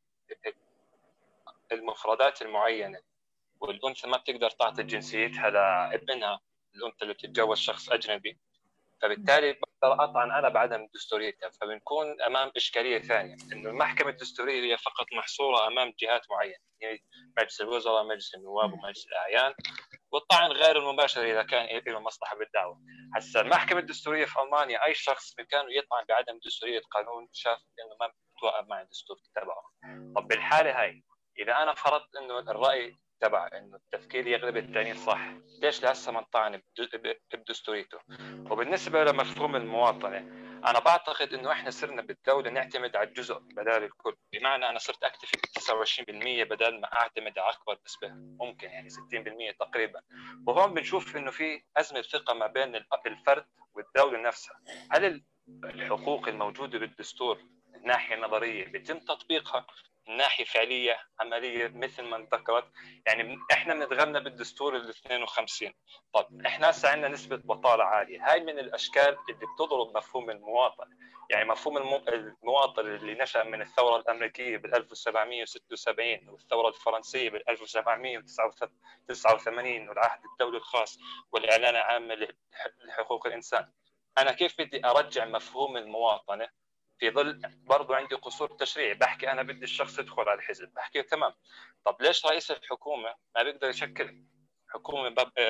[SPEAKER 5] المفردات المعينة والأنثى ما بتقدر تعطي جنسيتها لابنها، الأنثى اللي بتتجوز شخص أجنبي، فبالتالي بقدر أطعن أنا بعدم دستوريتها، فبنكون أمام إشكالية ثانية إنه المحكمة الدستورية هي فقط محصورة أمام جهات معينة، يعني مجلس الوزراء، مجلس النواب، ومجلس الأعيان، والطعن غير المباشر إذا كان له مصلحة بالدعوة. هسه المحكمة الدستورية في ألمانيا أي شخص بإمكانه يطعن بعدم دستورية قانون شاف إنه ما بتوافق مع الدستور تبعه. طب بالحالة هاي إذا أنا فرضت إنه الرأي تبع إنه التفكير يغلب التأنيث صح، ليش لهسه ما نطعن بدستوريته؟ وبالنسبة لمفهوم المواطنة، أنا بعتقد إنه إحنا صرنا بالدولة نعتمد على الجزء بدل الكل، بمعنى أنا صرت أكتفي ب تسعة وعشرين بالمئة بدل ما أعتمد على أكبر نسبة ممكن، يعني ستين بالمئة تقريبا. وهون بنشوف إنه في أزمة ثقة ما بين الفرد والدولة نفسها. هل الحقوق الموجودة بالدستور من ناحية نظرية بيتم تطبيقها من ناحية فعلية عملية مثل ما ذكرت؟ يعني احنا بنتغنى بالدستور ال اثنين وخمسين، طب احنا هسه عندنا نسبة بطالة عالية، هاي من الاشكال اللي بتضرب مفهوم المواطن. يعني مفهوم المواطن اللي نشأ من الثورة الامريكية بال ألف وسبعمئة وستة وسبعين والثورة الفرنسية بال ألف وسبعمئة وتسعة وثمانين والعهد الدولي الخاص والاعلان العام لحقوق الانسان، انا كيف بدي ارجع مفهوم المواطنة في ظل برضو عندي قصور تشريعي؟ بحكي أنا بدي الشخص يدخل على الحزب، بحكي تمام، طب ليش رئيس الحكومة ما بيقدر يشكل حكومة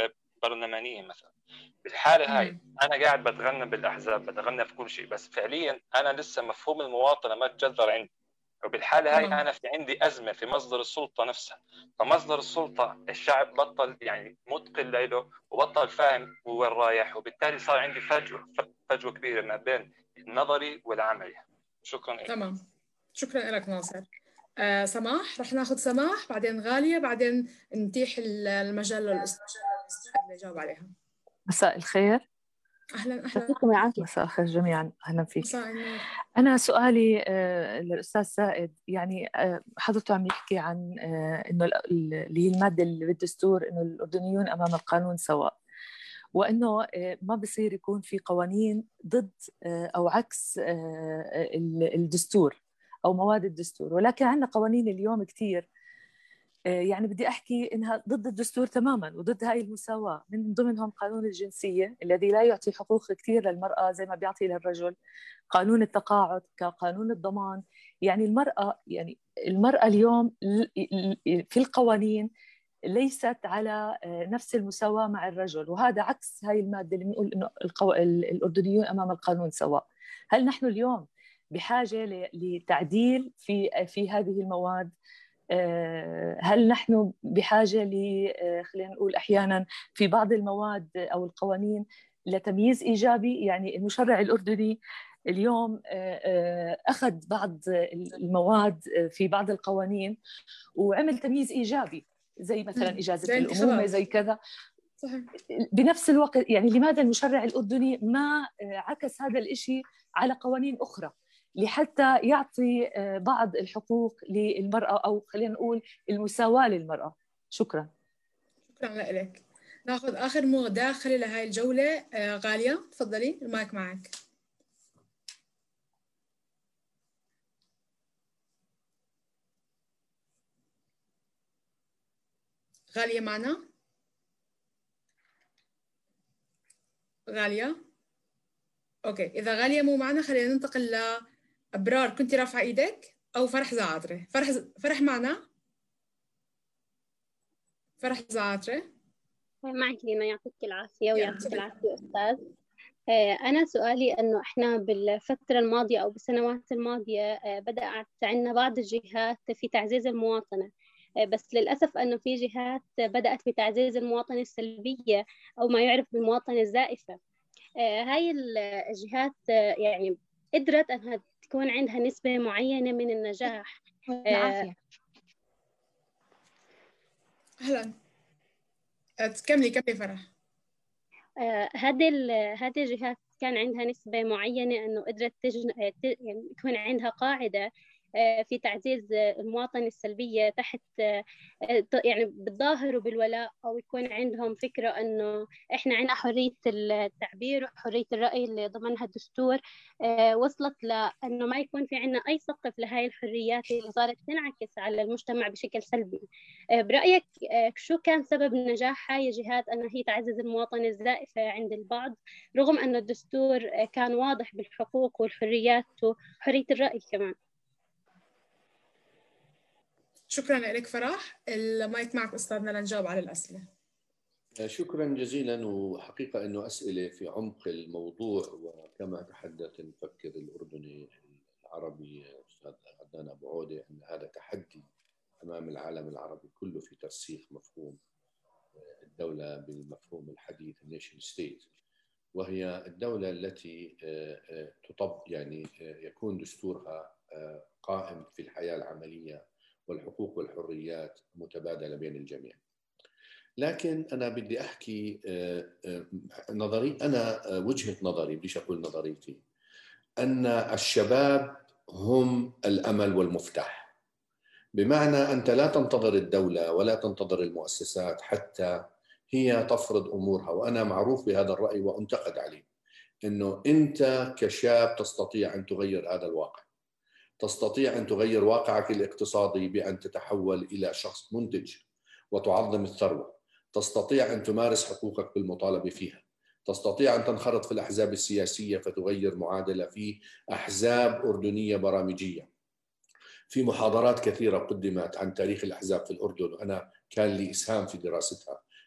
[SPEAKER 5] برلمانيه مثلا. بالحاله هاي انا قاعد بتغنى بالاحزاب، بتغنى في كل شيء، بس فعليا انا لسه مفهوم المواطنه ما تجذر عندي، وبالحاله هاي انا في عندي ازمه في مصدر السلطه نفسها. فمصدر السلطه الشعب بطل يعني متقن له وبطل فاهم وين رايح، وبالتالي صار عندي فجوه فجوه كبيره ما بين النظري والعملي. شكرا لك.
[SPEAKER 2] تمام، شكرا لك ناصر. آه سماح، رح ناخذ سماح بعدين غاليه بعدين نتيح المجال للاستاذ اللي يجاوب عليها.
[SPEAKER 6] مساء الخير.
[SPEAKER 2] اهلا اهلا
[SPEAKER 6] يعطيكم العافيه. مساء الخير جميعا، اهلا فيك.
[SPEAKER 2] مساء النور.
[SPEAKER 6] انا سؤالي آه للاستاذ سائد، يعني آه حضرته عم يحكي عن آه انه اللي هي الماده اللي بالدستور انه الاردنيون امام القانون سواء، وانه آه ما بصير يكون في قوانين ضد آه او عكس آه الدستور او مواد الدستور، ولكن عندنا قوانين اليوم كثير يعني بدي أحكي إنها ضد الدستور تماماً وضد هاي المساواة. من ضمنهم قانون الجنسية الذي لا يعطي حقوق كثير للمرأة زي ما بيعطي للرجل، قانون التقاعد، كقانون الضمان. يعني المرأة يعني المرأة اليوم في القوانين ليست على نفس المساواة مع الرجل، وهذا عكس هاي المادة اللي بنقول إنه القو... الأردنيون أمام القانون سواء. هل نحن اليوم بحاجة لتعديل في في هذه المواد؟ هل نحن بحاجة ل خلينا نقول أحيانا في بعض المواد أو القوانين لتمييز إيجابي؟ يعني المشرع الأردني اليوم أخذ بعض المواد في بعض القوانين وعمل تمييز إيجابي زي مثلا إجازة الأمومة زي كذا. صحيح. بنفس الوقت يعني لماذا المشرع الأردني ما عكس هذا الإشي على قوانين أخرى لحتى يعطي بعض الحقوق للمرأة أو خلينا نقول المساواة للمرأة؟ شكرا.
[SPEAKER 2] شكرا لك. ناخذ آخر مداخلة لهاي الجولة. غالية تفضلي، المايك معك. غالية معنا؟ غالية؟ أوكي، إذا غالية مو معنا خلينا ننتقل لأبرار. كنت رافعة إيدك؟ أو فرح زعاترة؟ فرح ز... فرح معنا؟ فرح زعاترة؟
[SPEAKER 7] معك لينا، يعطيك العافية ويعطيك العافية أستاذ. أنا سؤالي أنه إحنا بالفترة الماضية أو بالسنوات الماضية بدأت عندنا بعض الجهات في تعزيز المواطنة، بس للأسف أنه في جهات بدأت بتعزيز المواطنة السلبية أو ما يعرف بالمواطنة الزائفة. هاي الجهات يعني قدرت أنها تكون عندها نسبة معينة من النجاح.
[SPEAKER 2] العافية. أهلا، تكملي كملي فرح.
[SPEAKER 7] هذه هذه الجهات كان عندها نسبة معينة أنه قدرت تجن... يعني يكون عندها قاعدة في تعزيز المواطنة السلبية تحت يعني بالظاهر وبالولاء، أو يكون عندهم فكرة أنه إحنا عندنا حرية التعبير وحرية الرأي اللي ضمنها الدستور. وصلت لأنه ما يكون في عندنا أي سقف لهاي الحريات اللي صارت تنعكس على المجتمع بشكل سلبي. برأيك شو كان سبب نجاح هاي الجهات أنها هي تعزز المواطنة الزائفة عند البعض رغم أن الدستور كان واضح بالحقوق والحريات وحرية الرأي كمان؟
[SPEAKER 2] شكرا لك فرح. المايك معك أستاذنا لنجاوب على الأسئلة.
[SPEAKER 3] شكرا جزيلا. وحقيقة أنه أسئلة في عمق الموضوع، وكما تحدث المفكر الأردني العربي أستاذ عدنان أبو عودة أن هذا تحدي أمام العالم العربي كله في ترسيخ مفهوم الدولة بالمفهوم الحديث النيشن ستيت، وهي الدولة التي تطبق يعني يكون دستورها قائم في الحياة العملية والحقوق والحريات متبادلة بين الجميع. لكن أنا بدي أحكي نظري، أنا وجهة نظري، بديش أقول نظريتي، أن الشباب هم الأمل والمفتاح. بمعنى أنت لا تنتظر الدولة ولا تنتظر المؤسسات حتى هي تفرض أمورها، وأنا معروف بهذا الرأي وأنتقد عليه، أنه أنت كشاب تستطيع أن تغير هذا الواقع، تستطيع أن تغير واقعك الاقتصادي بأن تتحول إلى شخص منتج وتعظم الثروة، تستطيع أن تمارس حقوقك بالمطالبة فيها، تستطيع أن تنخرط في الأحزاب السياسية فتغير معادلة في أحزاب أردنية برامجية. في محاضرات كثيرة قدمت عن تاريخ الأحزاب في الأردن، وأنا كان لي إسهام في دراستها،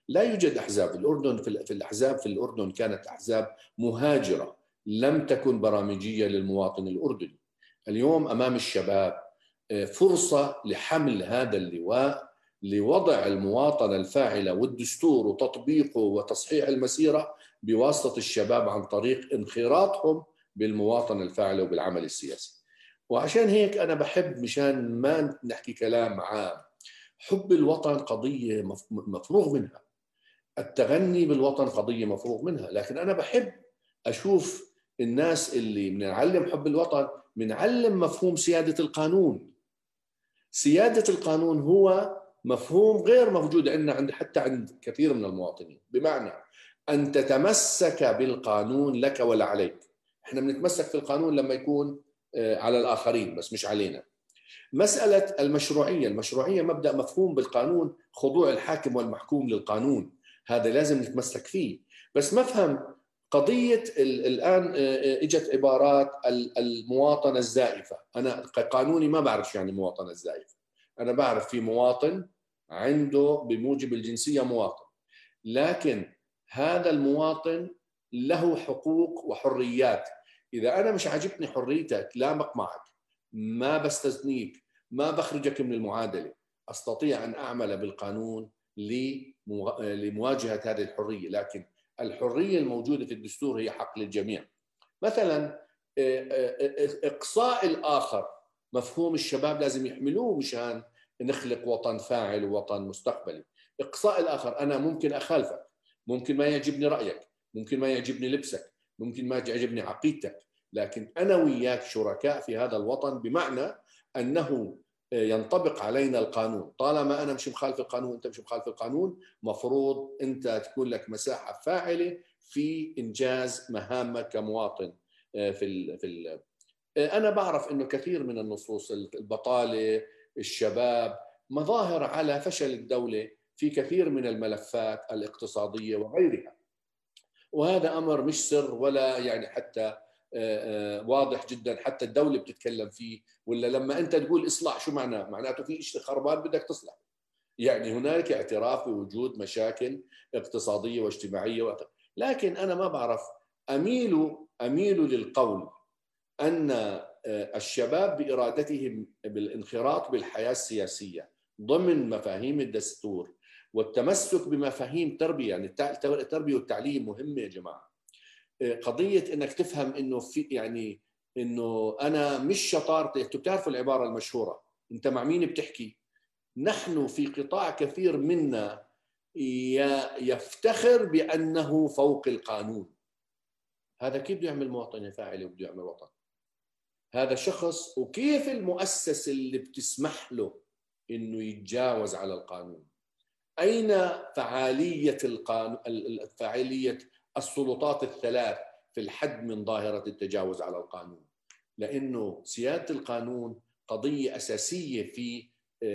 [SPEAKER 3] لا يوجد أحزاب. الأردن في الأحزاب في الأردن كانت أحزاب مهاجرة، لم تكن برامجية للمواطن الأردني. اليوم أمام الشباب فرصة لحمل هذا اللواء لوضع المواطنة الفاعلة والدستور وتطبيقه وتصحيح المسيرة بواسطة الشباب عن طريق انخراطهم بالمواطنة الفاعلة وبالعمل السياسي. وعشان هيك أنا بحب، مشان ما نحكي كلام عام، حب الوطن قضية مفروغ منها، التغني بالوطن قضية مفروغ منها، لكن أنا بحب أشوف الناس اللي بنعلم حب الوطن بنعلم مفهوم سيادة القانون. سيادة القانون هو مفهوم غير موجود عندنا عند حتى عند كثير من المواطنين، بمعنى أن تتمسك بالقانون لك ولا عليك. احنا بنتمسك في القانون لما يكون على الآخرين بس مش علينا. مسألة المشروعية، المشروعية مبدأ مفهوم بالقانون، خضوع الحاكم والمحكوم للقانون، هذا لازم نتمسك فيه. بس مفهم قضية الآن اجت عبارات المواطنة الزائفة. أنا قانوني ما بعرف يعني مواطنة الزائفة. أنا بعرف في مواطن عنده بموجب الجنسية مواطن، لكن هذا المواطن له حقوق وحريات. إذا أنا مش عاجبني حريتك لا مقمعك، ما بستثنيك، ما بخرجك من المعادلة، أستطيع أن أعمل بالقانون لمواجهة هذه الحرية. لكن الحرية الموجودة في الدستور هي حق للجميع. مثلا إقصاء الآخر، مفهوم الشباب لازم يحملوه مشان نخلق وطن فاعل ووطن مستقبلي. إقصاء الآخر، أنا ممكن أخالفك، ممكن ما يعجبني رأيك، ممكن ما يعجبني لبسك، ممكن ما يعجبني عقيدتك، لكن أنا وياك شركاء في هذا الوطن، بمعنى أنه ينطبق علينا القانون. طالما أنا مش مخالف القانون، أنت مش مخالف القانون، مفروض أنت تكون لك مساحة فاعلة في إنجاز مهامك كمواطن. في ال في ال أنا بعرف أنه كثير من النصوص، البطالة، الشباب، مظاهر على فشل الدولة في كثير من الملفات الاقتصادية وغيرها، وهذا أمر مش سر ولا يعني حتى واضح جدا، حتى الدولة بتتكلم فيه. ولا لما أنت تقول إصلاح شو معناه؟ معناته في شيء خربان بدك تصلح. يعني هنالك اعتراف بوجود مشاكل اقتصادية واجتماعية و... لكن أنا ما بعرف، أميل أميل للقول أن الشباب بإرادتهم بالانخراط بالحياة السياسية ضمن مفاهيم الدستور والتمسك بمفاهيم تربية، يعني التربية والتعليم مهمة يا جماعة. قضية انك تفهم انه في يعني انه انا مش شطارتي. انتم بتعرفوا العبارة المشهورة، انت مع مين بتحكي؟ نحن في قطاع كثير منا يفتخر بانه فوق القانون. هذا كيف بده يعمل مواطنة فاعلة وبده يعمل وطن؟ هذا شخص، وكيف المؤسسة اللي بتسمح له انه يتجاوز على القانون؟ اين فعالية القانون، فعالية السلطات الثلاث في الحد من ظاهرة التجاوز على القانون؟ لأنه سيادة القانون قضية أساسية في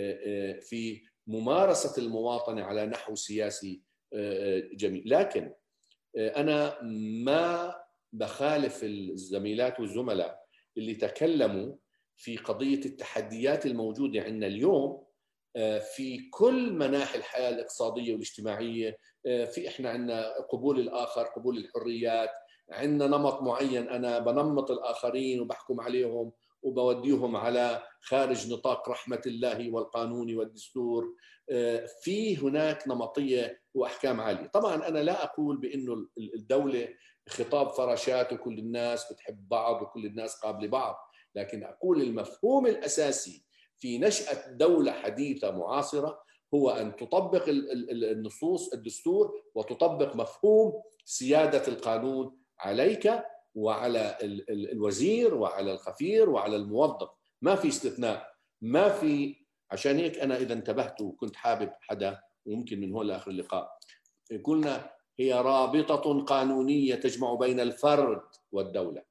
[SPEAKER 3] في ممارسة المواطنة على نحو سياسي جميل. لكن أنا ما بخالف الزميلات والزملاء اللي تكلموا في قضية التحديات الموجودة عندنا اليوم في كل مناحي الحياة الاقتصادية والاجتماعية. في إحنا عندنا قبول الآخر، قبول الحريات، عندنا نمط معين، أنا بنمط الآخرين وبحكم عليهم وبوديهم على خارج نطاق رحمة الله والقانون والدستور. في هناك نمطية وأحكام عالية. طبعا أنا لا أقول بأنه الدولة خطاب فراشات وكل الناس بتحب بعض وكل الناس قابلة بعض، لكن أقول المفهوم الأساسي في نشأة دولة حديثة معاصرة هو أن تطبق النصوص الدستور وتطبق مفهوم سيادة القانون عليك وعلى الوزير وعلى الخفير وعلى الموظف، ما في استثناء، ما في. عشان هيك أنا إذا انتبهت وكنت حابب حدا، وممكن من هون لآخر اللقاء، قلنا هي رابطة قانونية تجمع بين الفرد والدولة،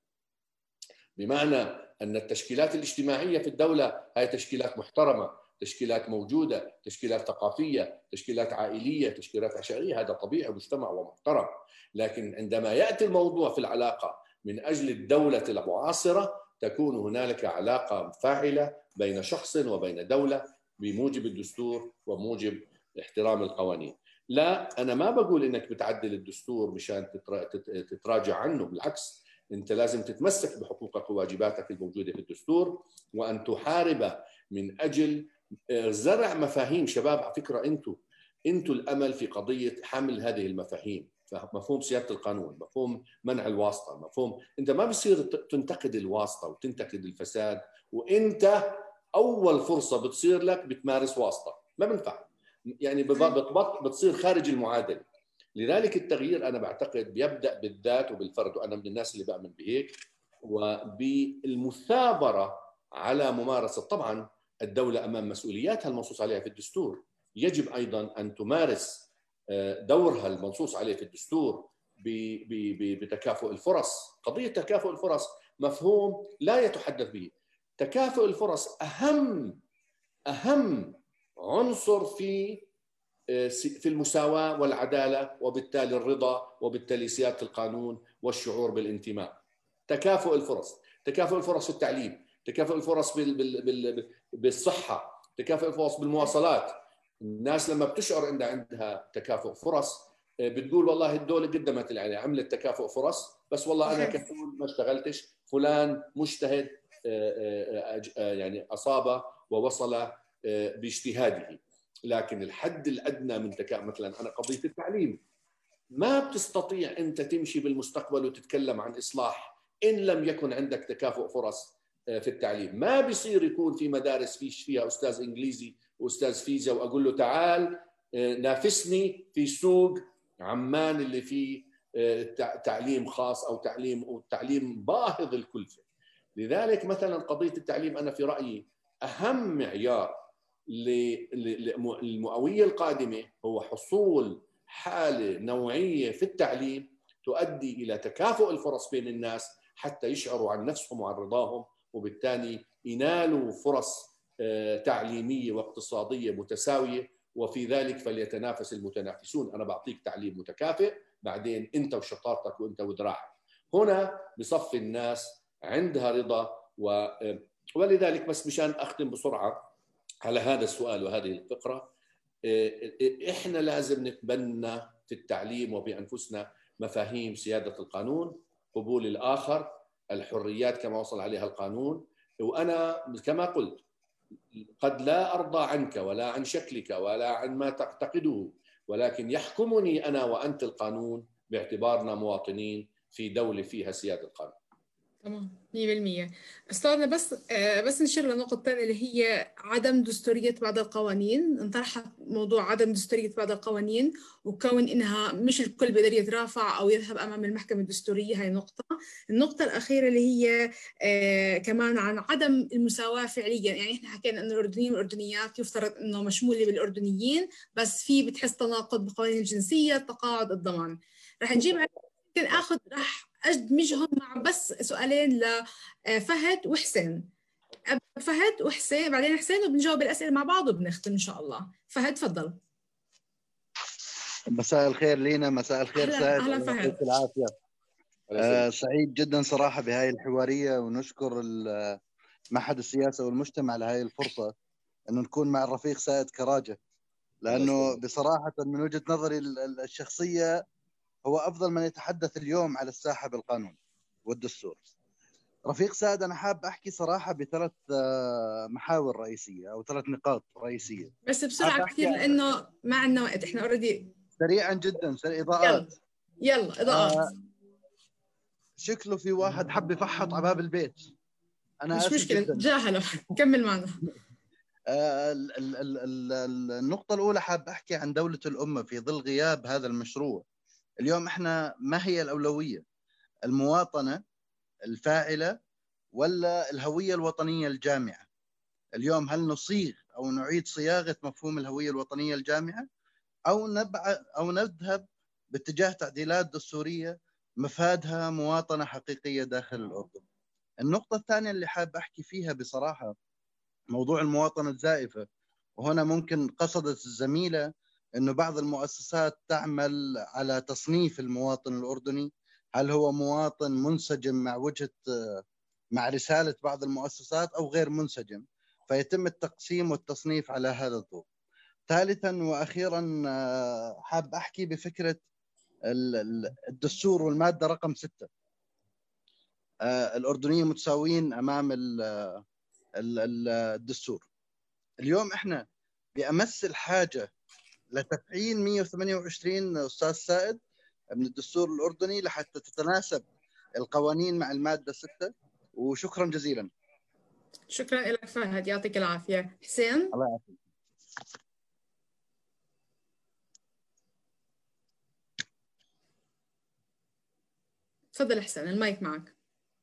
[SPEAKER 3] بمعنى أن التشكيلات الاجتماعية في الدولة هي تشكيلات محترمة، تشكيلات موجودة، تشكيلات ثقافية، تشكيلات عائلية، تشكيلات عشائرية، هذا طبيعي مجتمع ومحترم. لكن عندما يأتي الموضوع في العلاقة من أجل الدولة المعاصرة، تكون هنالك علاقة فاعلة بين شخص وبين دولة بموجب الدستور وموجب احترام القوانين. لا، أنا ما بقول إنك بتعدل الدستور مشان تتراجع عنه، بالعكس أنت لازم تتمسك بحقوقك وواجباتك الموجودة في الدستور، وأن تحارب من أجل زرع مفاهيم. شباب على فكرة أنتوا أنتوا الأمل في قضية حمل هذه المفاهيم، مفهوم سيادة القانون، مفهوم منع الواسطة، مفهوم أنت ما بصير تنتقد الواسطة وتنتقد الفساد وأنت أول فرصة بتصير لك بتمارس واسطة، ما بنفع يعني، بتبط بتصير خارج المعادلة. لذلك التغيير أنا بعتقد بيبدأ بالذات وبالفرد، وأنا من الناس اللي بأمن بهيك، وبالمثابرة على ممارسة. طبعا الدولة أمام مسؤولياتها المنصوص عليها في الدستور، يجب أيضا أن تمارس دورها المنصوص عليه في الدستور بتكافؤ الفرص. قضية تكافؤ الفرص مفهوم لا يتحدث به. تكافؤ الفرص أهم أهم عنصر في في المساواة والعدالة، وبالتالي الرضا، وبالتالي سيادة القانون والشعور بالانتماء. تكافؤ الفرص، تكافؤ الفرص في التعليم، تكافؤ الفرص بالصحة، تكافؤ الفرص بالمواصلات. الناس لما بتشعر ان عندها تكافؤ فرص بتقول والله الدولة قدمت يعني عملت تكافؤ فرص، بس والله انا كفول ما اشتغلتش، فلان مجتهد يعني اصاب ووصل باجتهاده. لكن الحد الادنى من تكافؤ، مثلا انا قضيه التعليم ما بتستطيع انت تمشي بالمستقبل وتتكلم عن اصلاح ان لم يكن عندك تكافؤ فرص في التعليم. ما بيصير يكون في مدارس فيش فيها استاذ انجليزي واستاذ فيزياء واقول له تعال نافسني في سوق عمان اللي فيه تعليم خاص او تعليم او تعليم باهظ الكلفه. لذلك مثلا قضيه التعليم انا في رايي اهم معيار للمئويه القادمه هو حصول حاله نوعيه في التعليم تؤدي الى تكافؤ الفرص بين الناس حتى يشعروا عن نفسهم وعن رضاهم، وبالتالي ينالوا فرص تعليميه واقتصاديه متساويه، وفي ذلك فليتنافس المتنافسون. انا بعطيك تعليم متكافئ، بعدين انت وشطارتك وانت وذراعك. هنا بصفي الناس عندها رضا و... ولذلك بس مشان اختم بسرعه على هذا السؤال وهذه الفقره، احنا لازم نتبنى في التعليم وبانفسنا مفاهيم سياده القانون، قبول الاخر، الحريات كما وصل عليها القانون. وانا كما قلت قد لا ارضى عنك ولا عن شكلك ولا عن ما تعتقده، ولكن يحكمني انا وانت القانون باعتبارنا مواطنين في دوله فيها سياده القانون.
[SPEAKER 2] تمام مية بالمية. أستاذنا بس آه بس نشير للنقطة الثانية اللي هي عدم دستورية بعض القوانين. انطرح موضوع عدم دستورية بعض القوانين وكون إنها مش الكل بيقدر يترافع أو يذهب أمام المحكمة الدستورية. هاي نقطة. النقطة الأخيرة اللي هي آه كمان عن عدم المساواة فعليا. يعني إحنا حكينا إنه الأردنيين والأردنيات يفترض إنه مشمولة بالأردنيين، بس في بتحس تناقض بقوانين الجنسية، تقاعد، الضمان. رح نجيب ممكن آخذ رح أدمجهم مع بس سؤالين لفهد وحسين. فهد وحسين بعدين حسين، وبنجاوب الأسئلة مع بعض وبنختم إن شاء الله. فهد تفضل.
[SPEAKER 8] مساء الخير لينا. مساء الخير
[SPEAKER 2] أهلا
[SPEAKER 8] سعد.
[SPEAKER 2] أهلا فهد.
[SPEAKER 8] يعطيك العافية. آه سعيد جدا صراحة بهاي الحوارية، ونشكر معهد السياسة والمجتمع لهاي الفرصة أنه نكون مع الرفيق سائد كراجة، لأنه بصراحة من وجهة نظري الشخصية هو أفضل من يتحدث اليوم على الساحة بالقانون والدستور. رفيق سعد، أنا حاب أحكي صراحة بثلاث محاور رئيسية أو ثلاث نقاط رئيسية،
[SPEAKER 2] بس بسرعة كثير لأنه ما عندنا وقت، إحنا أوريدي
[SPEAKER 8] سريعا جدا. سريع إضاءات.
[SPEAKER 2] يلا يلا إضاءات.
[SPEAKER 8] آه شكله في واحد حب يفحط على باب البيت. أنا
[SPEAKER 2] مش
[SPEAKER 8] آسف
[SPEAKER 2] مشكلة
[SPEAKER 8] جدا.
[SPEAKER 2] جاهلة. كمل معنا.
[SPEAKER 8] آه ال ال ال ال النقطة الأولى حاب أحكي عن دولة الأمة في ظل غياب هذا المشروع. اليوم إحنا ما هي الأولوية؟ المواطنة الفاعلة ولا الهوية الوطنية الجامعة؟ اليوم هل نصيغ أو نعيد صياغة مفهوم الهوية الوطنية الجامعة، أو نبع أو نذهب باتجاه تعديلات دستورية مفادها مواطنة حقيقية داخل الأردن؟ النقطة الثانية اللي حاب أحكي فيها بصراحة موضوع المواطنة الزائفة. وهنا ممكن قصدت الزميلة أنه بعض المؤسسات تعمل على تصنيف المواطن الأردني، هل هو مواطن منسجم مع وجهة مع رسالة بعض المؤسسات أو غير منسجم، فيتم التقسيم والتصنيف على هذا الضوء. ثالثا وأخيرا حاب أحكي بفكرة الدستور والمادة رقم ستة. الأردنيين متساويين أمام الدستور. اليوم إحنا بأمس الحاجة لتفعيل مئة وثمانية وعشرين أستاذ سائد من الدستور الأردني لحتى تتناسب القوانين مع المادة ستة. وشكرا جزيلا.
[SPEAKER 2] شكرا لك فهد، يعطيك العافية. حسين.
[SPEAKER 8] الله يعافيك.
[SPEAKER 2] تفضل حسين، المايك معك.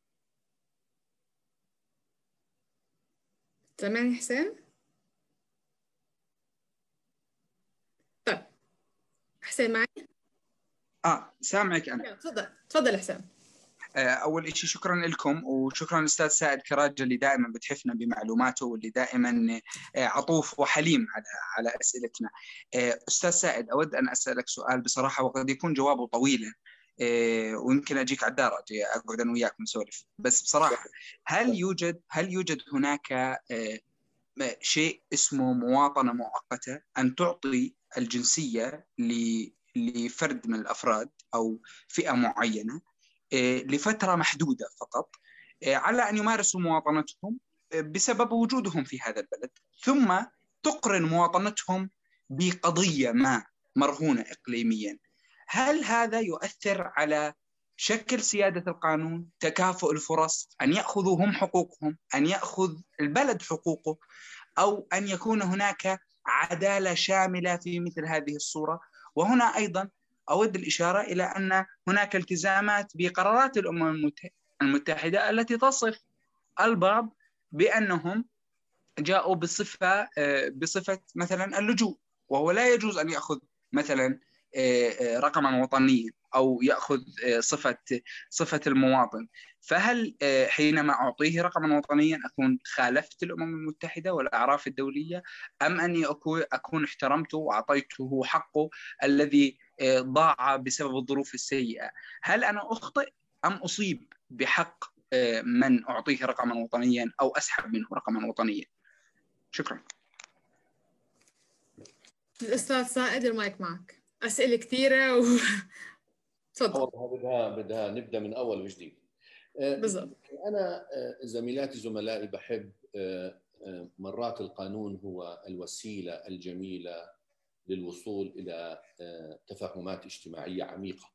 [SPEAKER 2] سامعني حسين؟ طيب حسين معي؟
[SPEAKER 9] اه سامعك انا.
[SPEAKER 2] تفضل تفضل حسين.
[SPEAKER 9] أول شيء شكرا لكم، وشكرا أستاذ سائد كراجة اللي دائما بتحفنا بمعلوماته واللي دائما عطوف وحليم على على أسئلتنا. أستاذ سائد، أود أن أسألك سؤال بصراحة وقد يكون جوابه طويلا، ويمكن أجيك على الدار أجي أقعد أنا وياك نسولف، بس بصراحة هل يوجد هل يوجد هناك شيء اسمه مواطنة مؤقتة، أن تعطي الجنسية لفرد من الأفراد أو فئة معينة لفترة محدودة فقط على أن يمارسوا مواطنتهم بسبب وجودهم في هذا البلد، ثم تقرن مواطنتهم بقضية ما مرهونة إقليميا؟ هل هذا يؤثر على شكل سيادة القانون، تكافؤ الفرص، أن يأخذوا هم حقوقهم، أن يأخذ البلد حقوقه، أو أن يكون هناك عدالة شاملة في مثل هذه الصورة؟ وهنا أيضا أود الإشارة إلى أن هناك التزامات بقرارات الأمم المتحدة التي تصف البعض بأنهم جاءوا بصفة بصفة مثلا اللجوء، وهو لا يجوز أن يأخذ مثلا رقما وطنيا أو يأخذ صفة صفة المواطن. فهل حينما أعطيه رقما وطنيا أكون خالفت الأمم المتحدة والأعراف الدولية، أم أني أكون احترمته وأعطيته حقه الذي ضاع بسبب الظروف السيئة؟ هل أنا أخطئ أم أصيب بحق من أعطيه رقما وطنيا أو أسحب منه رقما وطنيا؟ شكرا.
[SPEAKER 2] الأستاذ سائد المايك معك. أسئلة كثيرة و...
[SPEAKER 3] تفضل. بدها بدها نبدأ من أول وجديد.
[SPEAKER 2] بالضبط.
[SPEAKER 3] أنا زميلاتي زملائي بحب مرات القانون هو الوسيلة الجميلة للوصول إلى تفاهمات اجتماعية عميقة،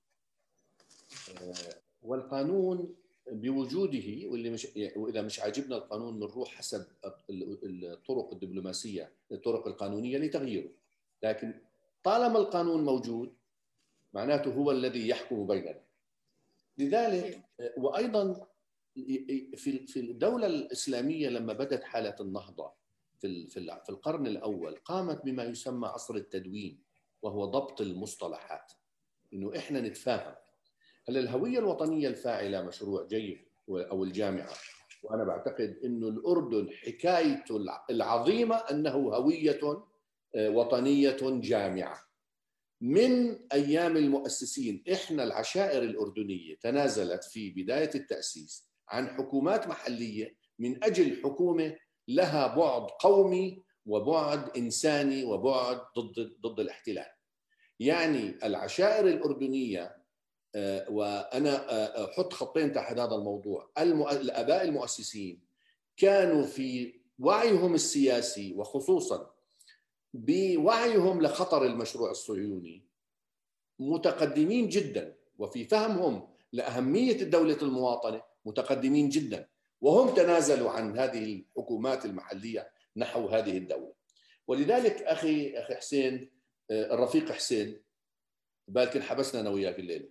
[SPEAKER 3] والقانون بوجوده، واللي مش وإذا مش عاجبنا القانون بنروح حسب الطرق الدبلوماسية الطرق القانونية لتغييره، لكن طالما القانون موجود معناته هو الذي يحكم بيننا. لذلك وأيضا في في الدولة الإسلامية لما بدت حالة النهضة في في القرن الأول قامت بما يسمى عصر التدوين، وهو ضبط المصطلحات، إنه إحنا نتفاهم. هلا الهوية الوطنية الفاعلة مشروع جيد أو الجامعة، وأنا بعتقد إنه الأردن حكايته العظيمة أنه هوية وطنية جامعة. من أيام المؤسسين إحنا العشائر الأردنية تنازلت في بداية التأسيس عن حكومات محلية من أجل حكومة لها بعد قومي وبعد إنساني وبعد ضد ضد الاحتلال. يعني العشائر الأردنية، وأنا أحط خطين تحت هذا الموضوع، الآباء المؤسسين كانوا في وعيهم السياسي وخصوصا بوعيهم لخطر المشروع الصهيوني متقدمين جدا، وفي فهمهم لأهمية الدولة المواطنة متقدمين جدا، وهم تنازلوا عن هذه الحكومات المحلية نحو هذه الدولة. ولذلك أخي أخي حسين، الرفيق حسين، بالك حبسنا أنا وياك الليلة،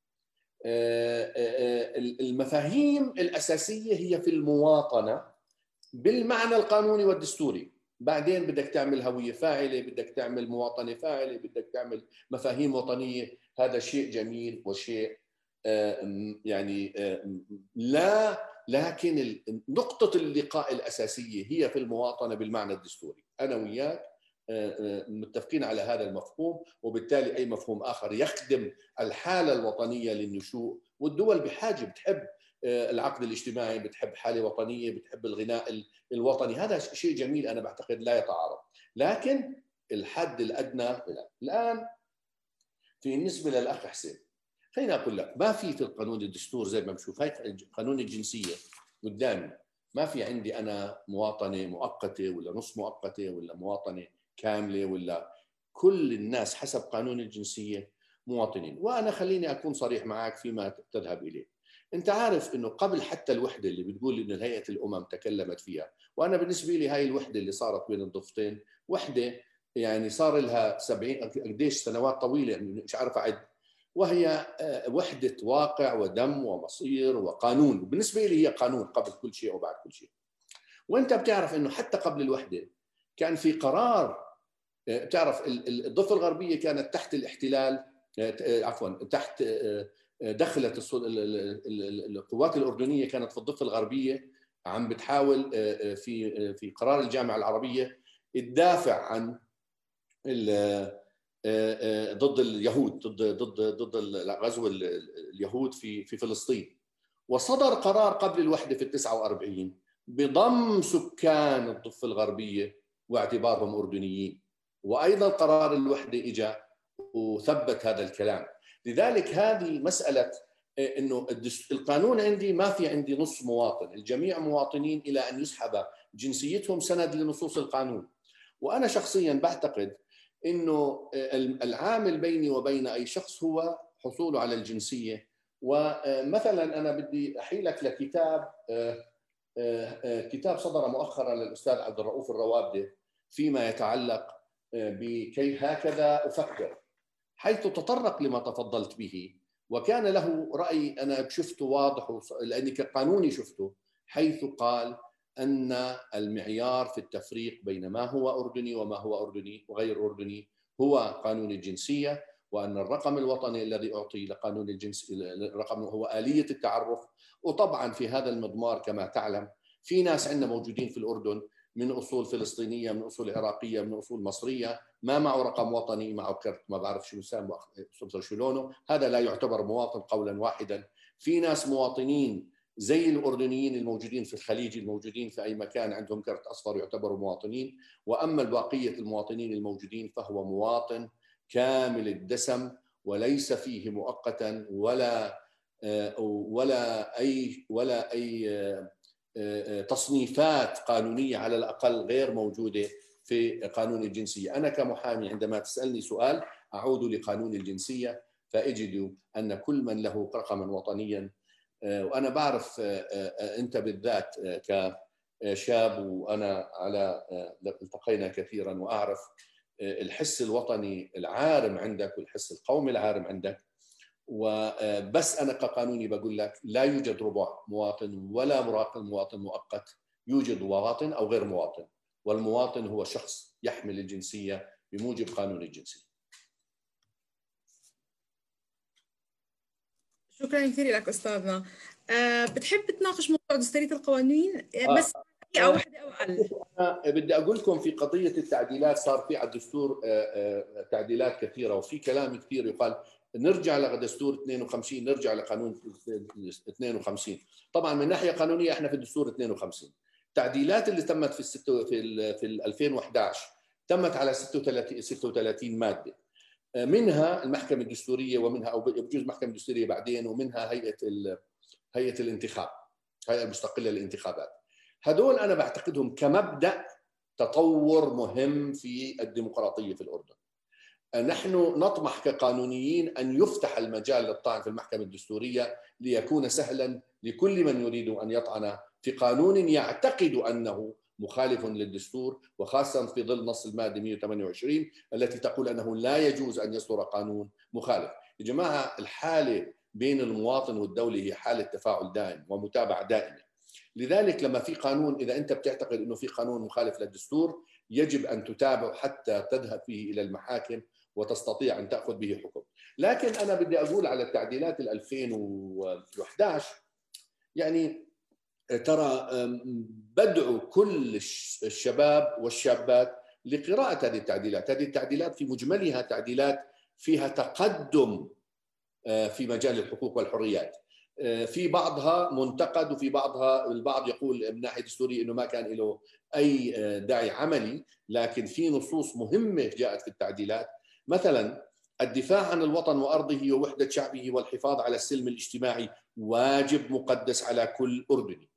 [SPEAKER 3] المفاهيم الأساسية هي في المواطنة بالمعنى القانوني والدستوري. بعدين بدك تعمل هوية فاعلة، بدك تعمل مواطنة فاعلة، بدك تعمل مفاهيم وطنية، هذا شيء جميل وشيء يعني لا، لكن نقطة اللقاء الأساسية هي في المواطنة بالمعنى الدستوري. أنا وياك متفقين على هذا المفهوم، وبالتالي أي مفهوم آخر يخدم الحالة الوطنية للنشوء، والدول بحاجة بتحب العقد الاجتماعي، بتحب حالة وطنية، بتحب الغناء الوطني، هذا شيء جميل أنا بعتقد لا يتعارض. لكن الحد الادنى. الان في بالنسبه للاخ حسين، خليني اقول لك ما في في القانون الدستور زي ما بشوف هاي قانون الجنسيه قدامي، ما في عندي انا مواطنه مؤقته ولا نص مؤقته ولا مواطنه كامله، ولا كل الناس حسب قانون الجنسيه مواطنين. وانا خليني اكون صريح معك فيما تذهب اليه. انت عارف انه قبل حتى الوحده اللي بتقول انه هيئه الامم تكلمت فيها، وانا بالنسبه لي هاي الوحده اللي صارت بين الضفتين وحده يعني صار لها سبعين قديش سنوات طويله، يعني مش عارف اعد، وهي وحده واقع ودم ومصير وقانون، وبالنسبه لي هي قانون قبل كل شيء وبعد كل شيء. وانت بتعرف انه حتى قبل الوحده كان في قرار، بتعرف الضفه الغربيه كانت تحت الاحتلال، عفوا تحت دخلت القوات الاردنيه كانت في الضفه الغربيه عم بتحاول في في قرار الجامعه العربيه تدافع عن ضد اليهود، ضد ضد ضد غزو اليهود في في فلسطين. وصدر قرار قبل الوحده في التسعة وأربعين بضم سكان الضفه الغربيه واعتبارهم اردنيين، وايضا قرار الوحده اجى وثبت هذا الكلام. لذلك هذه مساله انه القانون عندي ما في عندي نص مواطن، الجميع مواطنين الى ان يسحب جنسيتهم سند لنصوص القانون. وانا شخصيا بعتقد انه العامل بيني وبين اي شخص هو حصوله على الجنسيه. ومثلا انا بدي احيلك لكتاب كتاب صدر مؤخرا للاستاذ عبد الرؤوف الروابده فيما يتعلق بكيف هكذا افكر، حيث تطرق لما تفضلت به، وكان له راي انا شفته واضح لاني كقانوني شفته، حيث قال أن المعيار في التفريق بين ما هو أردني وما هو أردني وغير أردني هو قانون الجنسية، وأن الرقم الوطني الذي أعطي لقانون الجنس الرقم هو آلية التعرف. وطبعا في هذا المضمار كما تعلم في ناس عندنا موجودين في الأردن من أصول فلسطينية، من أصول عراقية، من أصول مصرية، ما معه رقم وطني، معه كرت ما بعرف شو يسمى شو لونه، هذا لا يعتبر مواطن قولا واحدا. في ناس مواطنين زي الأردنيين الموجودين في الخليج، الموجودين في أي مكان عندهم كرت أصفر يعتبروا مواطنين. وأما البقية المواطنين الموجودين فهو مواطن كامل الدسم وليس فيه مؤقتا ولا ولا أي ولا أي تصنيفات قانونية على الأقل غير موجودة في قانون الجنسية. أنا كمحامي عندما تسألني سؤال أعود لقانون الجنسية فأجد أن كل من له رقما وطنيا، وأنا بعرف أنت بالذات كشاب وأنا على التقينا كثيرا وأعرف الحس الوطني العارم عندك والحس القومي العارم عندك. وبس أنا كقانوني بقول لك لا يوجد ربع مواطن ولا مراقب مواطن مؤقت، يوجد مواطن أو غير مواطن، والمواطن هو شخص يحمل الجنسية بموجب قانون الجنسية.
[SPEAKER 2] شكرا كثير لك أستاذنا. أه بتحب تناقش موضوع دستورية القوانين بس دقيقة آه. واحدة أو أقل؟
[SPEAKER 3] أنا بدي أقول لكم في قضية التعديلات صار في على الدستور تعديلات كثيرة وفي كلام كثير يقال نرجع لدستور اثنين وخمسين، نرجع لقانون اثنين وخمسين. طبعا من ناحية قانونية احنا في الدستور اثنين وخمسين. التعديلات اللي تمت في الستو في ال في ألفين وأحد عشر تمت على ستة وثلاثين مادة، منها المحكمة الدستورية ومنها أو بجوز المحكمة الدستورية بعدين، ومنها هيئة هيئة الانتخاب، هيئة المستقلة للانتخابات. هدول أنا بعتقدهم كمبدأ تطور مهم في الديمقراطية في الأردن. نحن نطمح كقانونيين أن يفتح المجال للطعن في المحكمة الدستورية ليكون سهلا لكل من يريد أن يطعن في قانون يعتقد أنه مخالف للدستور، وخاصة في ظل نص المادة مئة وثمانية وعشرين التي تقول أنه لا يجوز أن يصدر قانون مخالف. يا جماعة الحالة بين المواطن والدولة هي حالة تفاعل دائم ومتابعة دائمة. لذلك لما في قانون، إذا أنت بتعتقد أنه في قانون مخالف للدستور يجب أن تتابعه حتى تذهب فيه إلى المحاكم وتستطيع أن تأخذ به حكم. لكن أنا بدي أقول على التعديلات ال ألفين وأحد عشر، يعني ترى بدعو كل الشباب والشابات لقراءة هذه التعديلات. هذه التعديلات في مجملها تعديلات فيها تقدم في مجال الحقوق والحريات. في بعضها منتقد وفي بعضها البعض يقول من ناحيه دستوريه انه ما كان له اي داعي عملي، لكن في نصوص مهمه جاءت في التعديلات، مثلا الدفاع عن الوطن وارضه ووحده شعبه والحفاظ على السلم الاجتماعي واجب مقدس على كل اردني.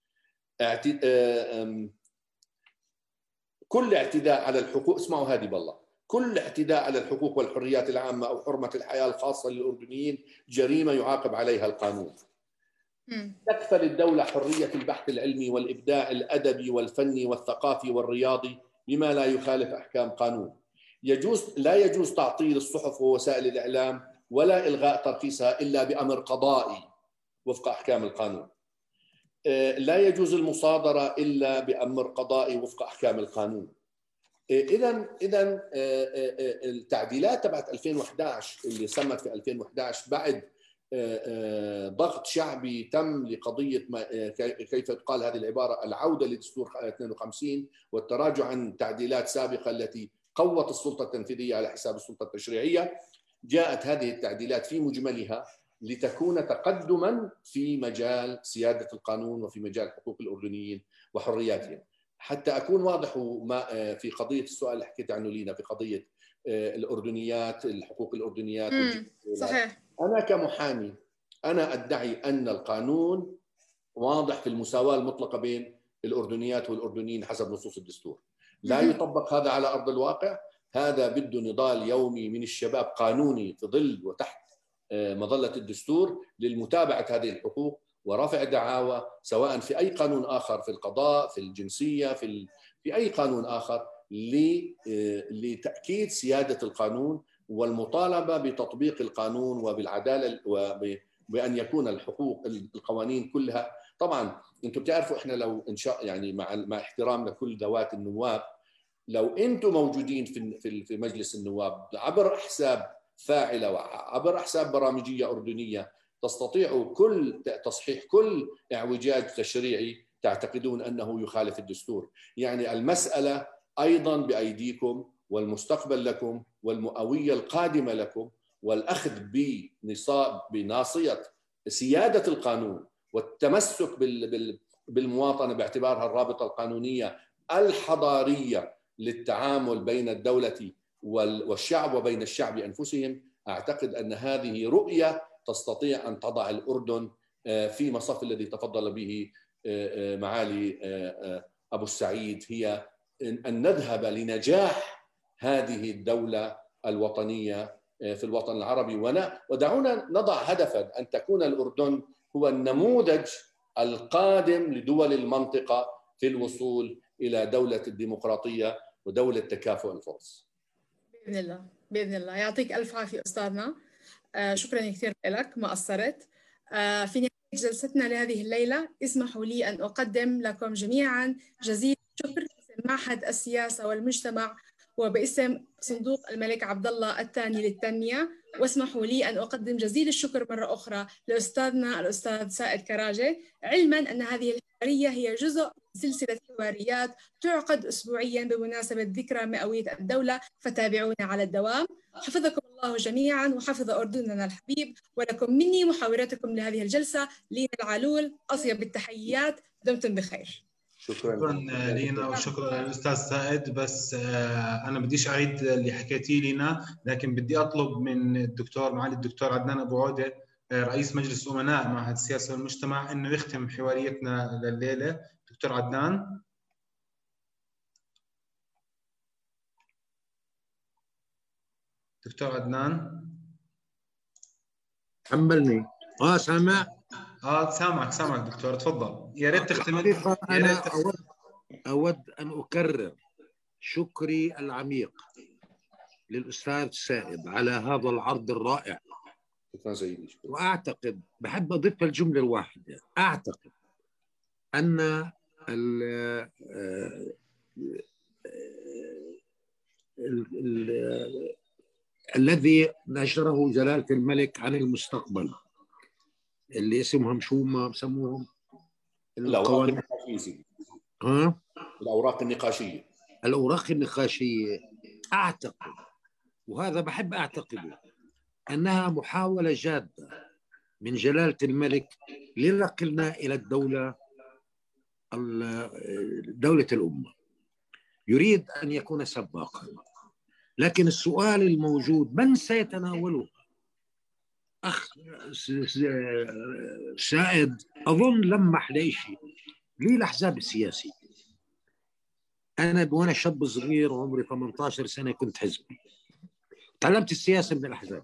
[SPEAKER 3] كل اعتداء على الحقوق، اسمعوا هذه بالله، كل اعتداء على الحقوق والحريات العامة أو حرمة الحياة الخاصة للأردنيين جريمة يعاقب عليها القانون. تكفل الدولة حرية البحث العلمي والإبداع الأدبي والفني والثقافي والرياضي بما لا يخالف أحكام قانون. يجوز لا يجوز تعطيل الصحف ووسائل الإعلام ولا إلغاء ترخيصها إلا بأمر قضائي وفق أحكام القانون. لا يجوز المصادرة إلا بأمر قضائي وفق أحكام القانون. إذا إذا التعديلات تبعت ألفين وإحدى عشر اللي صمت في ألفين وإحدى عشر بعد ضغط شعبي تم لقضية كيف تقال هذه العبارة العودة لدستور اثنين وخمسين والتراجع عن تعديلات سابقة التي قوت السلطة التنفيذية على حساب السلطة التشريعية. جاءت هذه التعديلات في مجملها لتكون تقدما في مجال سيادة القانون وفي مجال حقوق الأردنيين وحرياتهم. حتى أكون واضح في قضية السؤال اللي حكيت عنه لينا في قضية الأردنيات، الحقوق الأردنيات.
[SPEAKER 2] صحيح.
[SPEAKER 3] أنا كمحامي أنا أدعي أن القانون واضح في المساواة المطلقة بين الأردنيات والأردنيين حسب نصوص الدستور. لا يطبق هذا على أرض الواقع. هذا بده نضال يومي من الشباب قانوني في ظل وتحت مظلة الدستور للمتابعة هذه الحقوق ورفع دعاوى سواء في أي قانون آخر، في القضاء، في الجنسية، في ال... في أي قانون آخر، لتأكيد سيادة القانون والمطالبة بتطبيق القانون وبالعدالة وبأن يكون الحقوق القوانين كلها. طبعا أنتم بتعرفوا إحنا لو إن شاء يعني مع مع احترام لكل ذوات النواب، لو أنتم موجودين في في مجلس النواب عبر أحزاب فاعلة وعبر أحزاب برامجية أردنية تستطيعوا كل تصحيح كل اعوجاج تشريعي تعتقدون أنه يخالف الدستور. يعني المسألة أيضا بأيديكم والمستقبل لكم والمئوية القادمة لكم، والأخذ بناصية سيادة القانون والتمسك بالمواطنة باعتبارها الرابطة القانونية الحضارية للتعامل بين الدولة والشعب وبين الشعب أنفسهم. أعتقد أن هذه رؤية تستطيع أن تضع الأردن في مصف الذي تفضل به معالي أبو السعيد، هي أن نذهب لنجاح هذه الدولة الوطنية في الوطن العربي. ودعونا نضع هدفا أن تكون الأردن هو النموذج القادم لدول المنطقة في الوصول إلى دولة الديمقراطية ودولة تكافؤ الفرص.
[SPEAKER 2] بإذن الله بإذن الله. يعطيك ألف عافية أستاذنا. آه شكرا كثير لك، ما قصرت. آه في نهاية جلستنا لهذه الليلة اسمحوا لي أن أقدم لكم جميعا جزيل الشكر باسم معهد السياسة والمجتمع وباسم صندوق الملك عبد الله الثاني للتنمية، واسمحوا لي أن أقدم جزيل الشكر مرة أخرى لأستاذنا الأستاذ سائد كراجة، علما أن هذه الحوارية هي جزء من سلسلة حواريات تعقد أسبوعيا بمناسبة ذكرى مئوية الدولة، فتابعونا على الدوام. حفظكم الله جميعا وحفظ أردننا الحبيب، ولكم مني محاورتكم لهذه الجلسة لينا العلول، أطيب التحيات، دمتم بخير.
[SPEAKER 3] شكرا,
[SPEAKER 10] شكرا لينا وشكرا للأستاذ سائد. بس أنا بديش أعيد اللي حكيتيه لينا، لكن بدي أطلب من الدكتور معالي الدكتور عدنان أبو عودة رئيس مجلس أمناء معهد السياسة والمجتمع إنه يختم حواريتنا لليلة. دكتور عدنان. دكتور عدنان
[SPEAKER 1] حملني. اه سامع.
[SPEAKER 10] اه سامعك سامعك دكتور، تفضل. يا ريت تختم.
[SPEAKER 1] انا أود, اود ان اكرر شكري العميق للاستاذ سائد على هذا العرض الرائع.
[SPEAKER 3] شكرا سيدي.
[SPEAKER 1] واعتقد بحب اضيف الجمله الواحده، اعتقد ان ال ال الذي نشره جلالة الملك عن المستقبل اللي اسمهم شو ما بسموهم
[SPEAKER 3] الأوراق النقاشية.
[SPEAKER 1] ها؟
[SPEAKER 3] الأوراق النقاشية.
[SPEAKER 1] الأوراق النقاشية أعتقد، وهذا بحب أعتقده، أنها محاولة جادة من جلالة الملك لنقلنا إلى الدولة دولة الأمة. يريد أن يكون سباقا، لكن السؤال الموجود من سيتناوله؟ أخ سائد أظن لمح لإشي ليه الأحزاب السياسية. أنا وأنا شاب صغير وعمري ثمانية عشر سنة كنت حزبي، تعلمت السياسة من الأحزاب،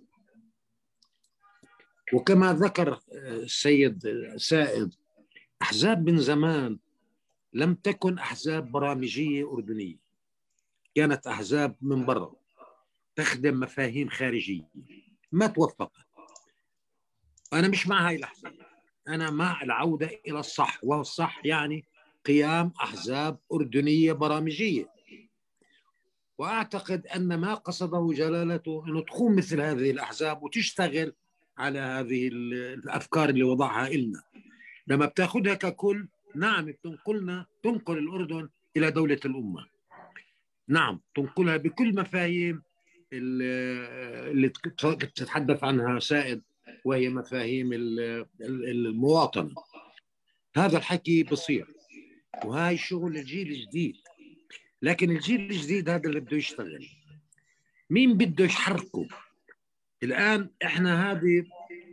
[SPEAKER 1] وكما ذكر السيد سائد أحزاب من زمان لم تكن أحزاب برامجية أردنية، كانت أحزاب من برا تخدم مفاهيم خارجية ما توفقت. أنا مش مع هاي الأحزاب، أنا مع العودة إلى الصح، وهو الصح يعني قيام أحزاب أردنية برامجية. وأعتقد أن ما قصده جلالته أنه تقوم مثل هذه الأحزاب وتشتغل على هذه الأفكار اللي وضعها إلنا. لما بتاخدها ككل نعم بتنقلنا، تنقل الأردن إلى دولة الأمة، نعم تنقلها بكل مفاهيم اللي تتحدث عنها سائد، وهي مفاهيم المواطنة. هذا الحكي بصير، وهاي شغل الجيل الجديد. لكن الجيل الجديد هذا اللي بده يشتغل، مين بده يحركه؟ الآن إحنا هذه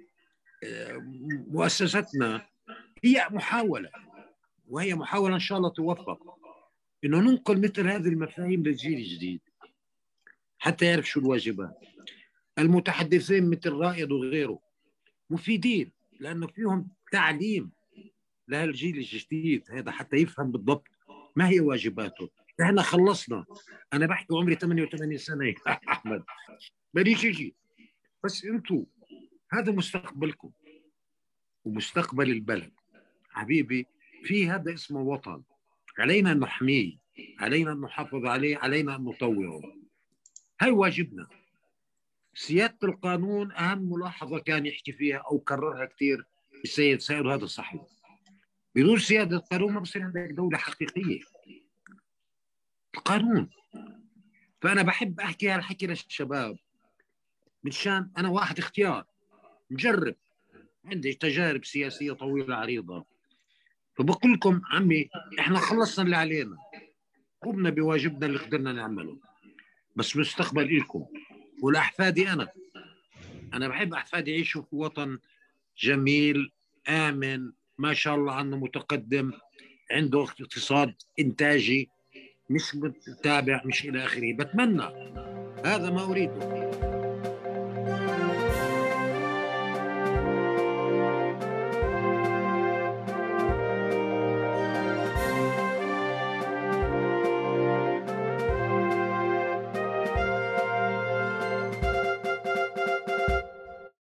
[SPEAKER 1] مؤسستنا هي محاولة، وهي محاولة إن شاء الله توفق، إنه ننقل مثل هذه المفاهيم للجيل الجديد حتى يعرف شو الواجبات. المتحدثين مثل رائد وغيره مفيدين لأنه فيهم تعليم لهالجيل الجديد هذا حتى يفهم بالضبط ما هي واجباته. احنا خلصنا، انا بحكي عمري ثمانية وثمانين سنه احمد، بديش شيء، بس انتم هذا مستقبلكم ومستقبل البلد حبيبي. في هذا اسمه وطن، علينا ان نحميه، علينا ان نحافظ عليه، علينا ان نطوره. هاي واجبنا. سياده القانون اهم ملاحظه كان يحكي فيها او كررها كثير السيد سائر، هذا صحيح. بدون سياده القانون ما بصير عندك دوله حقيقيه. القانون. فأنا بحب أحكي هالحكي للشباب مشان أنا واحد اختيار مجرب، عندي تجارب سياسية طويلة عريضة، فبقول لكم عمي إحنا خلصنا اللي علينا، قمنا بواجبنا اللي قدرنا نعمله، بس مستقبل إلكم والأحفادي. أنا أنا بحب أحفادي يعيشوا في وطن جميل آمن ما شاء الله عنه متقدم، عنده اقتصاد إنتاجي مش متابع مش إلى آخره. بتمنى هذا ما أريده.